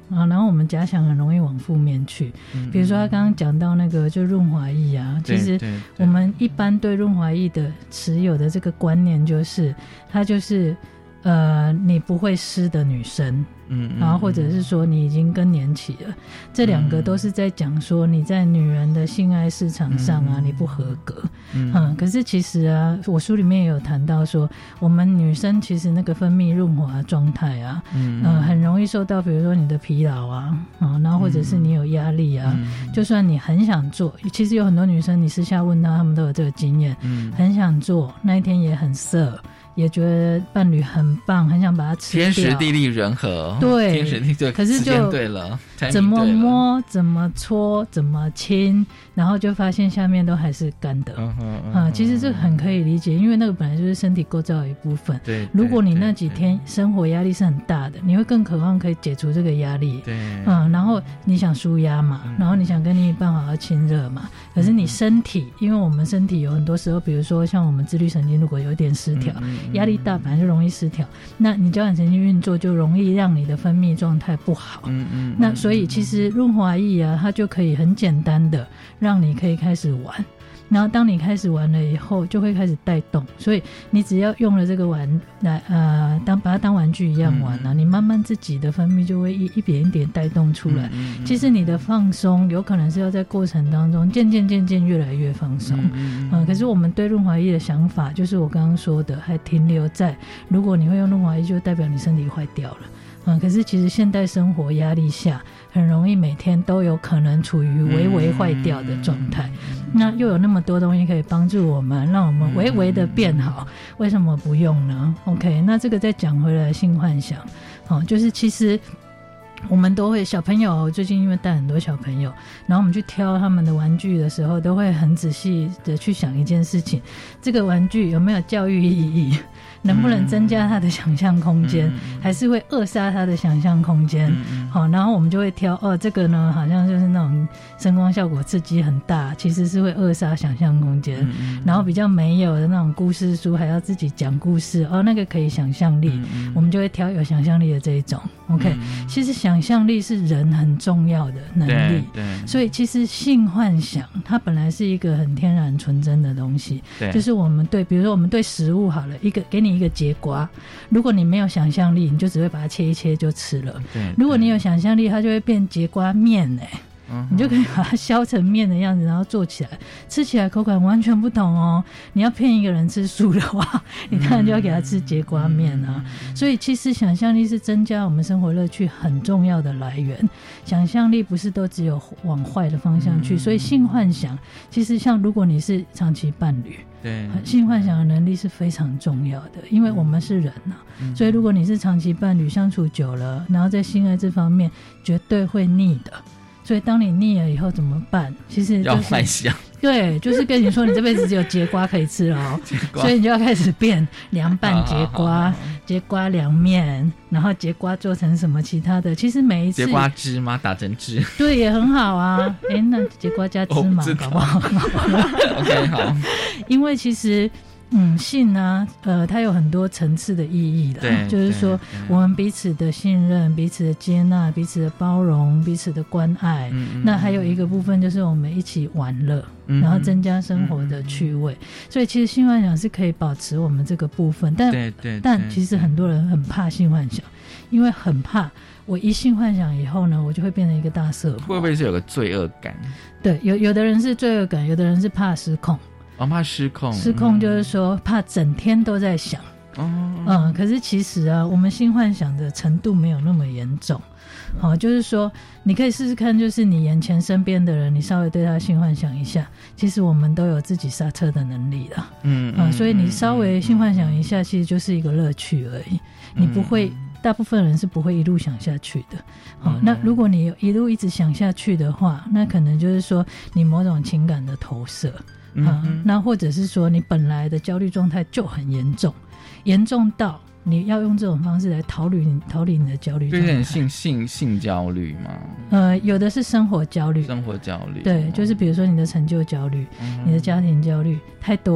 E: 啊，然后我们假想很容易往负面去。嗯、比如说他刚刚讲到那个就润滑液啊，其实我们一般对润滑液的持有的这个观念就是，它就是呃你不会湿的女生。嗯，然后或者是说你已经更年期了，这两个都是在讲说你在女人的性爱市场上啊，嗯、你不合格。嗯, 嗯，可是其实啊，我书里面也有谈到说，我们女生其实那个分泌润滑状态啊，嗯、呃，很容易受到比如说你的疲劳啊，啊，然后或者是你有压力啊，嗯、就算你很想做，其实有很多女生你私下问她，她们都有这个经验，嗯，很想做，那一天也很色。也觉得伴侣很棒，很想把它吃掉。
C: 天时地利人和，
E: 对，
C: 天时地利对，
E: 可是就
C: 对了，
E: 怎么摸、怎么搓、怎么亲，然后就发现下面都还是干的。嗯嗯嗯、啊，其实这很可以理解，因为那个本来就是身体构造的一部分。对，如果你那几天生活压力是很大的，你会更渴望可以解除这个压力。对，嗯，然后你想舒压嘛，嗯、然后你想跟另一半好好亲热嘛，可是你身体，嗯、因为我们身体有很多时候，比如说像我们自律神经如果有点失调。嗯压力大本来就容易失调，那你交感神经运作就容易让你的分泌状态不好。嗯嗯，那所以其实润滑液啊，它就可以很简单的让你可以开始玩。然后当你开始玩了以后，就会开始带动，所以你只要用了这个玩来呃，当把它当玩具一样玩啊，嗯、你慢慢自己的分泌就会一一点一点带动出来。嗯嗯、其实你的放松有可能是要在过程当中渐渐渐渐越来越放松。嗯, 嗯, 嗯，可是我们对润滑液的想法，就是我刚刚说的，还停留在如果你会用润滑液，就代表你身体坏掉了。嗯，可是其实现代生活压力下，很容易每天都有可能处于微微坏掉的状态。嗯、那又有那么多东西可以帮助我们，让我们微微的变好，嗯、为什么不用呢 ？OK， 那这个再讲回来，性幻想，哦，就是其实。我们都会小朋友最近因为带很多小朋友，然后我们去挑他们的玩具的时候，都会很仔细的去想一件事情：这个玩具有没有教育意义？能不能增加他的想象空间，嗯、还是会扼杀他的想象空间？好、嗯，然后我们就会挑哦，这个呢好像就是那种声光效果刺激很大，其实是会扼杀想象空间。嗯、然后比较没有的那种故事书，还要自己讲故事哦，那个可以想象力，嗯、我们就会挑有想象力的这一种。OK，嗯、其实想象力是人很重要的能力，对，对，所以其实性幻想它本来是一个很天然纯真的东西，对，就是我们对，比如说我们对食物好了，一个给你一个节瓜，如果你没有想象力，你就只会把它切一切就吃了。对，如果你有想象力，它就会变节瓜面哎、欸。你就可以把它削成面的样子，然后做起来，吃起来口感完全不同哦。你要骗一个人吃素的话，你当然就要给他吃节瓜面啊。嗯、所以其实想象力是增加我们生活乐趣很重要的来源。想象力不是都只有往坏的方向去，嗯、所以性幻想其实像如果你是长期伴侣，对，性幻想的能力是非常重要的，因为我们是人啊，嗯、所以如果你是长期伴侣相处久了，然后在性爱这方面绝对会腻的。所以当你腻了以后怎么办？其实、就是、
C: 要幻想，
E: 对，就是跟你说你这辈子只有节瓜可以吃了哦，所以你就要开始变凉拌节瓜、节瓜凉面，然后节瓜做成什么其他的。其实每一次
C: 节瓜汁吗？打成汁，
E: 对，也很好啊。哎，那节瓜加芝麻、哦、搞不好
C: ？OK， 好，
E: 因为其实。嗯，性呢、啊，呃，它有很多层次的意义的，就是说我们彼此的信任、彼此的接纳、彼此的包容、彼此的关爱。嗯、那还有一个部分就是我们一起玩乐，嗯、然后增加生活的趣味。嗯、所以其实性幻想是可以保持我们这个部分，但
C: 对对对
E: 但其实很多人很怕性幻想，因为很怕我一性幻想以后呢，我就会变成一个大色魔。
C: 会不会是有个罪恶感？
E: 对，有有的人是罪恶感，有的人是怕失控。
C: 我、哦、怕失控，
E: 失控就是说、嗯、怕整天都在想，哦、嗯，可是其实啊，我们性幻想的程度没有那么严重，好、嗯，就是说你可以试试看，就是你眼前身边的人，你稍微对他性幻想一下，其实我们都有自己刹车的能力的，嗯啊、嗯，所以你稍微性幻想一下，其实就是一个乐趣而已，嗯、你不会。大部分人是不会一路想下去的，好、嗯，那如果你一路一直想下去的话，那可能就是说你某种情感的投射，嗯、啊，那或者是说你本来的焦虑状态就很严重，严重到你要用这种方式来逃离你逃离你的焦虑状态，
C: 有点性性性焦虑吗？
E: 呃，有的是生活焦虑，
C: 生活焦虑，
E: 对，就是比如说你的成就焦虑，嗯、你的家庭焦虑太多了。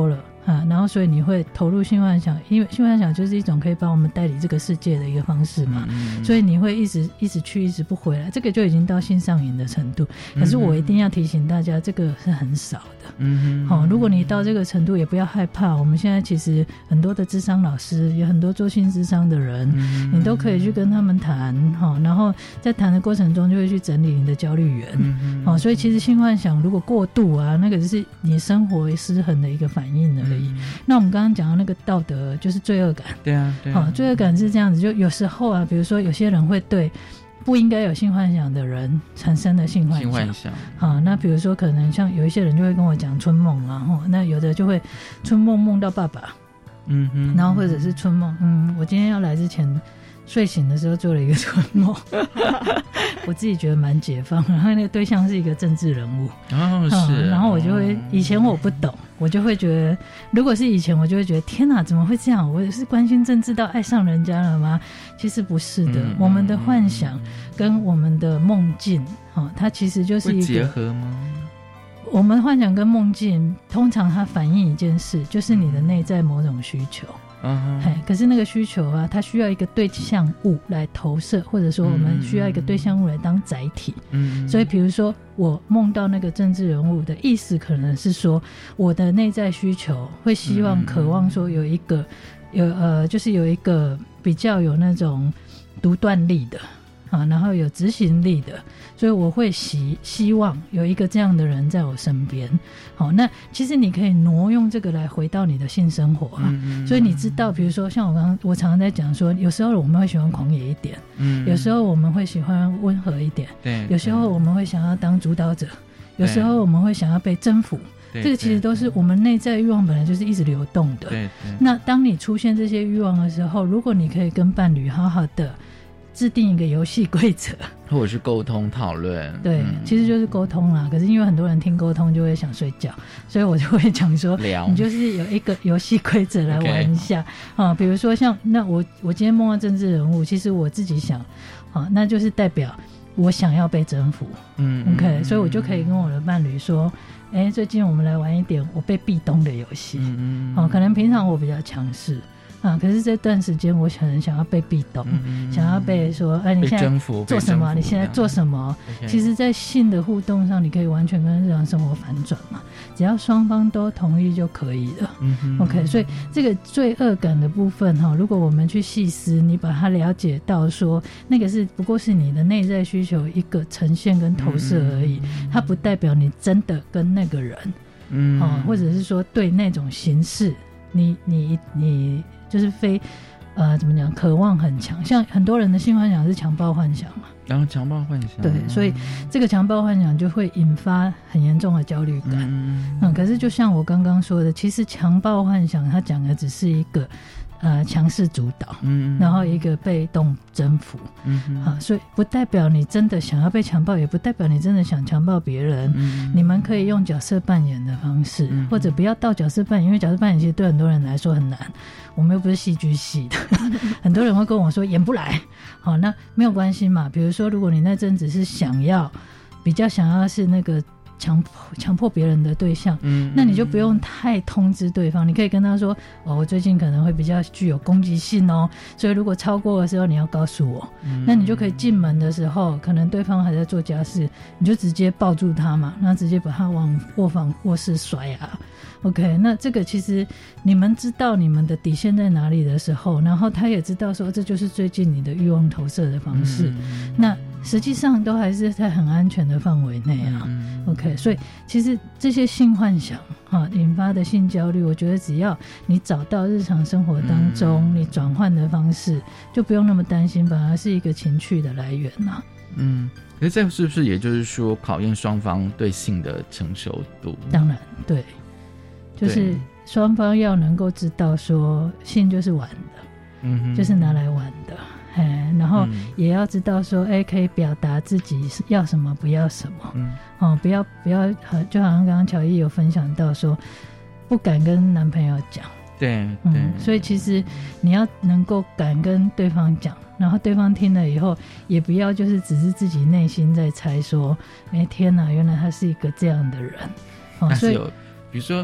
E: 啊，然后所以你会投入性幻想，因为性幻想就是一种可以帮我们带领这个世界的一个方式嘛，嗯、所以你会一直一直去，一直不回来，这个就已经到性上瘾的程度。可是我一定要提醒大家，这个是很少的。嗯好、哦，如果你到这个程度，也不要害怕。我们现在其实很多的諮商老师，有很多做性諮商的人，嗯、你都可以去跟他们谈，哈、哦，然后在谈的过程中就会去整理你的焦虑源。嗯哦，所以其实性幻想如果过度啊，那个就是你生活失衡的一个反应而已。嗯、那我们刚刚讲的那个道德就是罪恶感。
C: 对啊，对啊。
E: 好、哦，罪恶感是这样子，就有时候啊，比如说有些人会对不应该有性幻想的人产生的性幻想。性幻想。好，那比如说可能像有一些人就会跟我讲春梦啊，吼，那有的就会春梦梦到爸爸，嗯哼，然后或者是春梦，嗯，我今天要来之前睡醒的时候做了一个春梦，我自己觉得蛮解放。然后那个对象是一个政治人物，
C: 哦是、
E: 嗯，然后我就会，以前我不懂，我就会觉得，如果是以前，我就会觉得天哪，怎么会这样？我是关心政治到爱上人家了吗？其实不是的，嗯、我们的幻想跟我们的梦境，哦，它其实就是一个
C: 会结合吗？
E: 我们幻想跟梦境，通常它反映一件事，就是你的内在某种需求。嗯，可是那个需求啊，它需要一个对象物来投射，或者说我们需要一个对象物来当载体。嗯，所以比如说我梦到那个政治人物的意思，可能是说我的内在需求会希望、渴望说有一个有呃，就是有一个比较有那种独断力的。啊，然后有执行力的，所以我会希希望有一个这样的人在我身边。好，那其实你可以挪用这个来回到你的性生活啊。嗯、所以你知道，比如说像我刚刚我常常在讲说，有时候我们会喜欢狂野一点，嗯，有时候我们会喜欢温和一点，对，有时候我们会想要当主导者，有时候我们会想要被征服。这个其实都是我们内在欲望本来就是一直流动的。对对。那当你出现这些欲望的时候，如果你可以跟伴侣好好的制定一个游戏规则，
C: 或者是沟通讨论，
E: 对、嗯，其实就是沟通啦。可是因为很多人听沟通就会想睡觉，所以我就会讲说，你就是有一个游戏规则来玩一下、okay. 啊。比如说像那我我今天梦到政治人物，其实我自己想，啊，那就是代表我想要被征服，嗯 ，OK， 所以我就可以跟我的伴侣说，哎，最近我们来玩一点我被壁咚的游戏，嗯嗯，啊，可能平常我比较强势。啊！可是这段时间我可能想要被壁咚、嗯，想要被说，哎，你现在做什么？你现在做什么？其实，在性的互动上，你可以完全跟日常生活反转嘛，只要双方都同意就可以了。嗯、OK， 所以这个罪恶感的部分哈，如果我们去细思，你把它了解到说，那个是不过是你的内在需求一个呈现跟投射而已，嗯、它不代表你真的跟那个人，嗯，哦，或者是说对那种形式，你你你。就是非，呃，怎么讲？渴望很强，像很多人的性幻想是强暴幻想嘛。
C: 然后强暴幻想，
E: 对，所以这个强暴幻想就会引发很严重的焦虑感。嗯, 嗯，可是就像我刚刚说的，其实强暴幻想它讲的只是一个。呃，强势主导，嗯，然后一个被动征服，嗯，好，所以不代表你真的想要被强暴，也不代表你真的想强暴别人。嗯，你们可以用角色扮演的方式，嗯、或者不要到角色扮演，因为角色扮演其实对很多人来说很难。我们又不是戏剧系的，很多人会跟我说演不来。好，那没有关系嘛。比如说，如果你那阵子是想要，比较想要是那个。强迫强迫别人的对象，嗯，那你就不用太通知对方，你可以跟他说，哦，我最近可能会比较具有攻击性哦，所以如果超过的时候你要告诉我，嗯，那你就可以进门的时候，可能对方还在做家事，你就直接抱住他嘛，那直接把他往卧房卧室甩啊 ，OK， 那这个其实你们知道你们的底线在哪里的时候，然后他也知道说这就是最近你的欲望投射的方式，嗯，那实际上都还是在很安全的范围内啊，嗯，OK， 所以其实这些性幻想哈引发的性焦虑，我觉得只要你找到日常生活当中，嗯，你转换的方式，就不用那么担心，反而是一个情趣的来源啊。
C: 嗯，可是这是不是也就是说考验双方对性的成熟度？
E: 当然，对，就是双方要能够知道说性就是玩的，嗯，就是拿来玩的。然后也要知道说，哎，可以表达自己要什么，不要什么，嗯，哦，不要不要，就好像刚刚乔伊有分享到说，不敢跟男朋友讲，
C: 对，
E: 嗯，
C: 对，
E: 所以其实你要能够敢跟对方讲，然后对方听了以后，也不要就是只是自己内心在猜说，哎，天哪，原来他是一个这样的人，
C: 哦，所以比如说。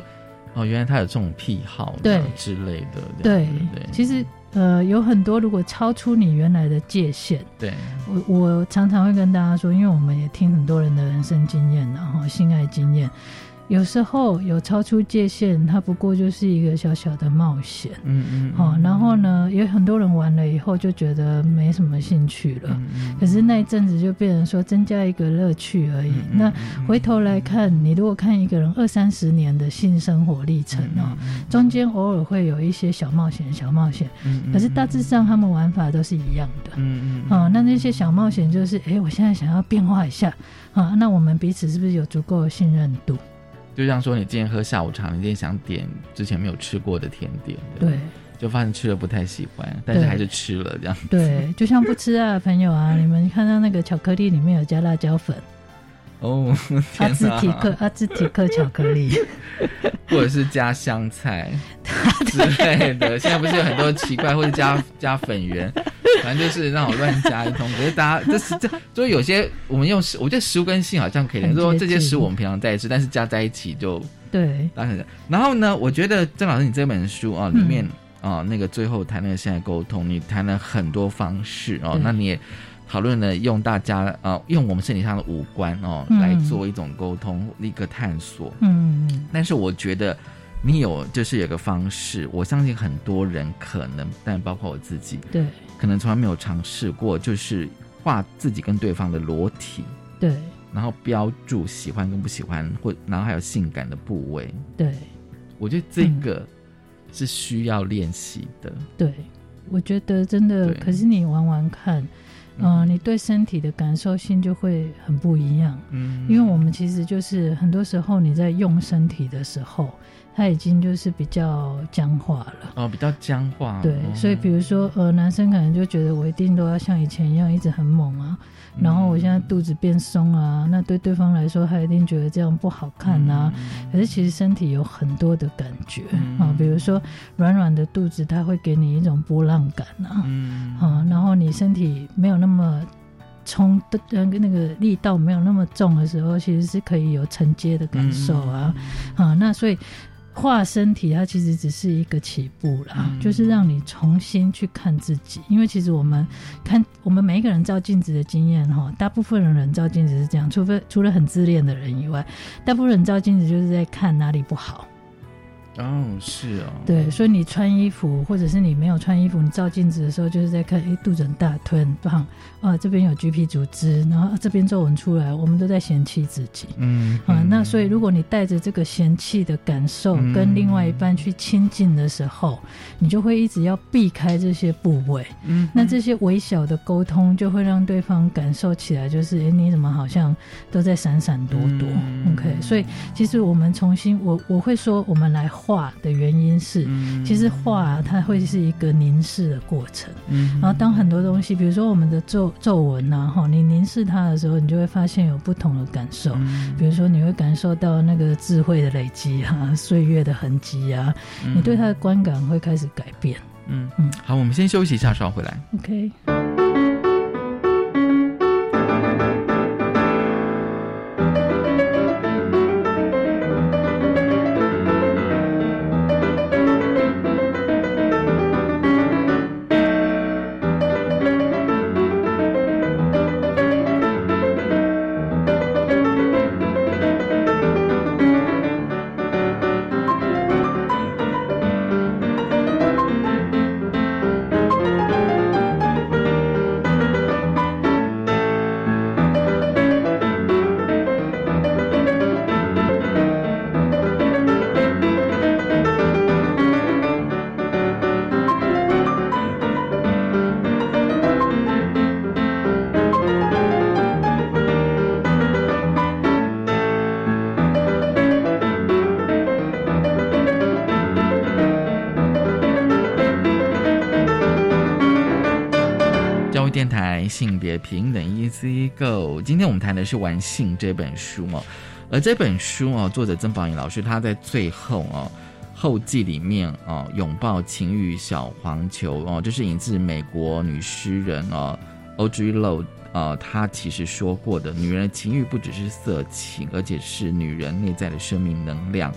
C: 哦，原来他有这种癖好
E: 对
C: 之类的。
E: 对
C: 对，
E: 其实呃有很多如果超出你原来的界限，
C: 对，
E: 我我常常会跟大家说，因为我们也听很多人的人生经验，然后性爱经验。有时候有超出界限，它不过就是一个小小的冒险。
C: 嗯嗯。
E: 好、哦，然后呢，也很多人玩了以后就觉得没什么兴趣了。嗯嗯。可是那一阵子就变成说增加一个乐趣而已。嗯嗯。那回头来看，你如果看一个人二三十年的性生活历程哦，嗯、中间偶尔会有一些小冒险、小冒险。嗯嗯。可是大致上他们玩法都是一样的。嗯嗯。啊、哦，那那些小冒险就是，哎，我现在想要变化一下啊，那我们彼此是不是有足够的信任度？
C: 就像说你今天喝下午茶，你今天想点之前没有吃过的甜点，
E: 对，
C: 就发现吃了不太喜欢，但是还是吃了这样子。
E: 对，就像不吃啊的朋友啊，你们看到那个巧克力里面有加辣椒粉
C: 哦，
E: 阿兹提克阿兹提克巧克力，
C: 或者是加香菜之类的。现在不是有很多奇怪，或者加加粉圆。反正就是那种乱加一通，可是大家这是这，所以有些我们用食，我觉得食物跟性好像可以，说这些食物我们平常在吃，但是加在一起就
E: 对。
C: 然后呢，我觉得郑老师你这本书啊里面啊、嗯、那个最后谈那个性爱沟通，你谈了很多方式哦，那你也讨论了用大家呃用我们身体上的五官哦、嗯、来做一种沟通一个探索，嗯嗯，但是我觉得。你有就是有个方式，我相信很多人可能，但包括我自己，
E: 对，
C: 可能从来没有尝试过，就是画自己跟对方的裸体，
E: 对，
C: 然后标注喜欢跟不喜欢，或然后还有性感的部位，
E: 对，
C: 我觉得这个是需要练习的，
E: 嗯、对，我觉得真的，可是你玩玩看。嗯、呃，你对身体的感受性就会很不一样。嗯，因为我们其实就是很多时候你在用身体的时候，它已经就是比较僵化了。
C: 哦，比较僵化。
E: 对，
C: 哦、
E: 所以比如说呃，男生可能就觉得我一定都要像以前一样一直很猛啊，然后我现在肚子变松啊，那对对方来说他一定觉得这样不好看啊。嗯、可是其实身体有很多的感觉、嗯、啊，比如说软软的肚子，它会给你一种波浪感啊。嗯，啊，然后你身体没有那么那么冲的那个力道没有那么重的时候，其实是可以有承接的感受啊、嗯、啊，那所以画身体它其实只是一个起步啦、嗯、就是让你重新去看自己。因为其实我们看我们每一个人照镜子的经验齁，大部分人照镜子是这样，除非除了很自恋的人以外，大部分人照镜子就是在看哪里不好。
C: 哦，是哦，
E: 对，所以你穿衣服，或者是你没有穿衣服，你照镜子的时候，就是在看，哎，肚子很大，腿很胖，啊，这边有橘皮组织，然后、啊、这边皱纹出来，我们都在嫌弃自己，嗯，啊，那所以如果你带着这个嫌弃的感受跟另外一半去亲近的时候，嗯、你就会一直要避开这些部位，嗯，那这些微小的沟通就会让对方感受起来，就是，哎，你怎么好像都在闪闪躲躲、嗯、，OK， 所以其实我们重新，我我会说，我们来画的原因是、嗯、其实画它会是一个凝视的过程、嗯、然后当很多东西比如说我们的皱皱纹啊，你凝视它的时候，你就会发现有不同的感受、嗯、比如说你会感受到那个智慧的累积啊，岁月的痕迹啊、嗯、你对它的观感会开始改变。
C: 嗯嗯，好，我们先休息一下，稍后回来。
E: OK。
C: 电台性别平等 Easy Go， 今天我们谈的是《玩性》这本书哦，而这本书哦，作者曾宝颖老师他在最后哦后记里面哦，拥抱情欲小黄球哦，这是引自美国女诗人哦 Audre Lorde 呃，她其实说过的，女人的情欲不只是色情，而且是女人内在的生命能量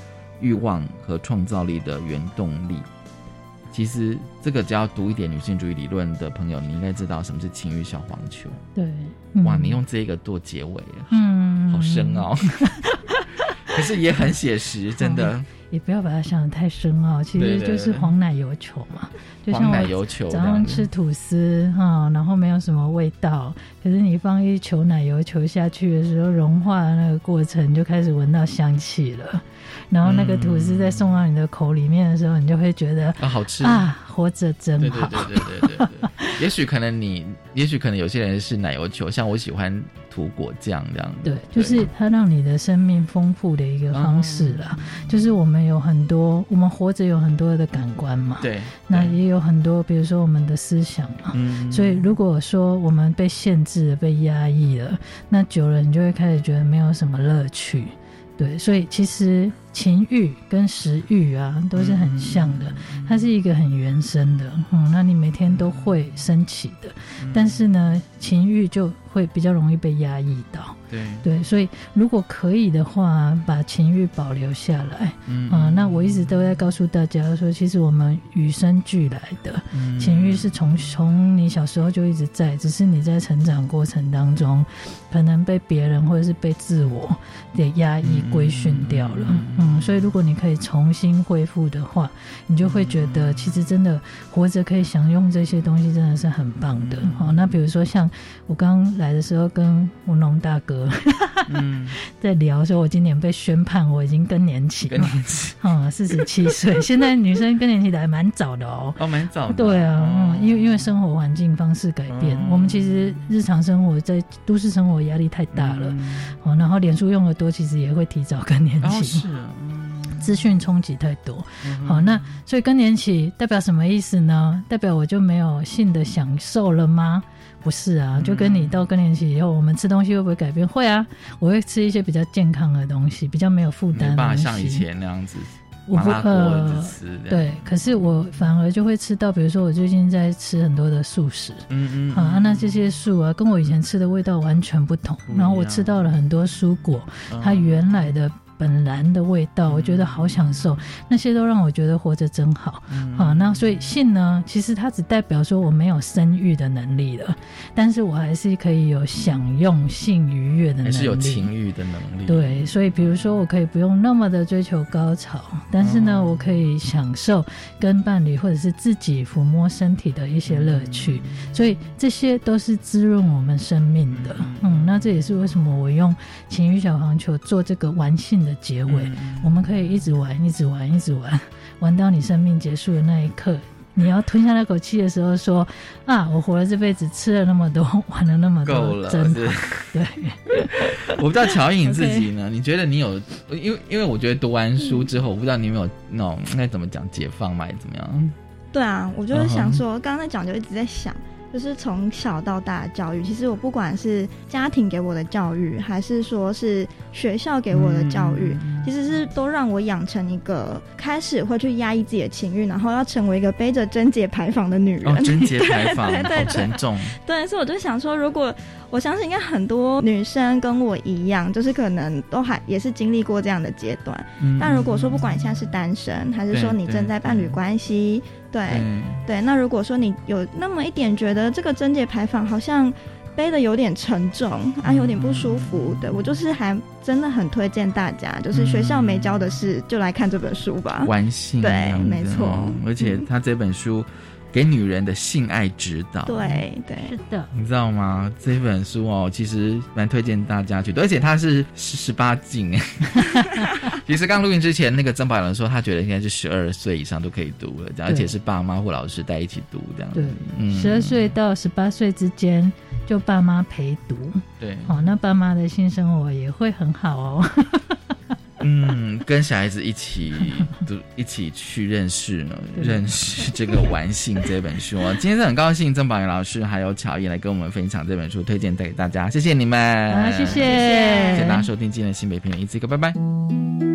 C: 欲望和创造力的原动力。其实这个只要读一点女性主义理论的朋友，你应该知道什么是情欲小黄球。
E: 对、
C: 嗯、哇，你用这个做结尾，嗯，好深奥、哦可是也很写实，真的、嗯、
E: 也不要把它想得太深奥，其实就是黄奶油球嘛，就像我早上吃吐司哈、嗯，然后没有什么味道，可是你放一球奶油球下去的时候，融化的那个过程就开始闻到香气了，然后那个吐司在送到你的口里面的时候，你就会觉得
C: 啊好吃
E: 啊，活着真好。
C: 对对对对对对对也许可能你，也许可能有些人是奶油球，像我喜欢涂果酱这样。
E: 对，就是它让你的生命丰富的一个方式啦。嗯、就是我们有很多，我们活着有很多的感官嘛。
C: 对。
E: 那也有很多，比如说我们的思想嘛。嗯。所以如果说我们被限制了、被压抑了，那久了你就会开始觉得没有什么乐趣。对，所以其实情欲跟食欲啊都是很像的，它是一个很原生的，嗯，那你每天都会升起的，但是呢，情欲就会比较容易被压抑到。
C: 对
E: 对，所以如果可以的话，把情欲保留下来，嗯、呃、那我一直都在告诉大家说，其实我们与生俱来的、嗯、情欲是从从你小时候就一直在，只是你在成长过程当中，可能被别人或者是被自我的压抑规训掉了，嗯, 嗯，所以如果你可以重新恢复的话，你就会觉得其实真的活着可以享用这些东西，真的是很棒的。好、哦，那比如说像我刚来的时候跟吴农大哥。嗯，在聊说，我今年被宣判我已经更年期了，嗯，四十七岁。现在女生更年期来蛮早的哦，
C: 哦，蛮早的。
E: 对啊，哦、嗯，因为因为生活环境方式改变，嗯、我们其实日常生活在都市生活压力太大了，嗯、哦，然后脸书用的多，其实也会提早更年期。
C: 哦，是啊。
E: 资讯冲击太多，嗯、好，那所以更年期代表什么意思呢？代表我就没有性的享受了吗？不是啊，就跟你到更年期以后，我们吃东西会不会改变？会啊，我会吃一些比较健康的东西，比较没有负担的东西，没办法
C: 像以前那样子。
E: 我不呃，对，可是我反而就会吃到，比如说我最近在吃很多的素食，嗯嗯，啊，那这些素啊，跟我以前吃的味道完全不同，然后我吃到了很多蔬果，嗯、它原来的本然的味道，我觉得好享受，那些都让我觉得活着真好。嗯、好，那所以性呢，其实它只代表说我没有生育的能力了，但是我还是可以有享用性愉悦的能力，
C: 还是有情欲的能力。
E: 对，所以比如说我可以不用那么的追求高潮，但是呢，哦、我可以享受跟伴侣或者是自己抚摸身体的一些乐趣，嗯、所以这些都是滋润我们生命的。嗯，那这也是为什么我用情欲小黄球做这个玩性的结尾，嗯、我们可以一直玩一直玩一直玩玩到你生命结束的那一刻，你要吞下那口气的时候说啊，我活了这辈子，吃了那么多，玩了那么多，
C: 够了，
E: 真的。对。
C: 我不知道乔颖自己呢， okay. 你觉得你有，因为因为我觉得读完书之后，嗯、我不知道你有没有那种该怎么讲解放嘛，还是怎么样？
F: 对啊，我就是想说，刚刚在讲就一直在想。就是从小到大的教育，其实我不管是家庭给我的教育，还是说是学校给我的教育，嗯、其实是都让我养成一个开始会去压抑自己的情欲，然后要成为一个背着贞洁牌坊的女人。
C: 哦，贞洁牌坊好沉重。
F: 对，所以我就想说，如果我相信应该很多女生跟我一样，就是可能都还也是经历过这样的阶段。嗯、但如果说不管你现在是单身，还是说你正在伴侣关系，对 对, 对, 对，那如果说你有那么一点觉得这个贞洁牌坊好像背的有点沉重啊，有点不舒服的，我就是还真的很推荐大家，就是学校没教的事，就来看这本书吧。
C: 玩性，
F: 对，没错。
C: 而且他这本书给女人的性爱指导，
F: 对对，
E: 是的，
C: 你知道吗？这本书哦，其实蛮推荐大家去读，而且它是十八禁哎。其实刚录音之前，那个曾宝良说他觉得应该是十二岁以上都可以读了，这样，而且是爸妈或老师带一起读这样。
E: 对，十二岁到十八岁之间就爸妈陪读。
C: 对，
E: 好、哦，那爸妈的性生活也会很好哦。
C: 嗯，跟小孩子一起读，一起去认识呢，认识这个玩性这本书啊。今天是很高兴曾宝仪老师还有巧艺来跟我们分享这本书，推荐带给大家，谢谢你们，
E: 啊，谢谢，
C: 谢谢大家收听今天的新北平原一次一个，拜拜。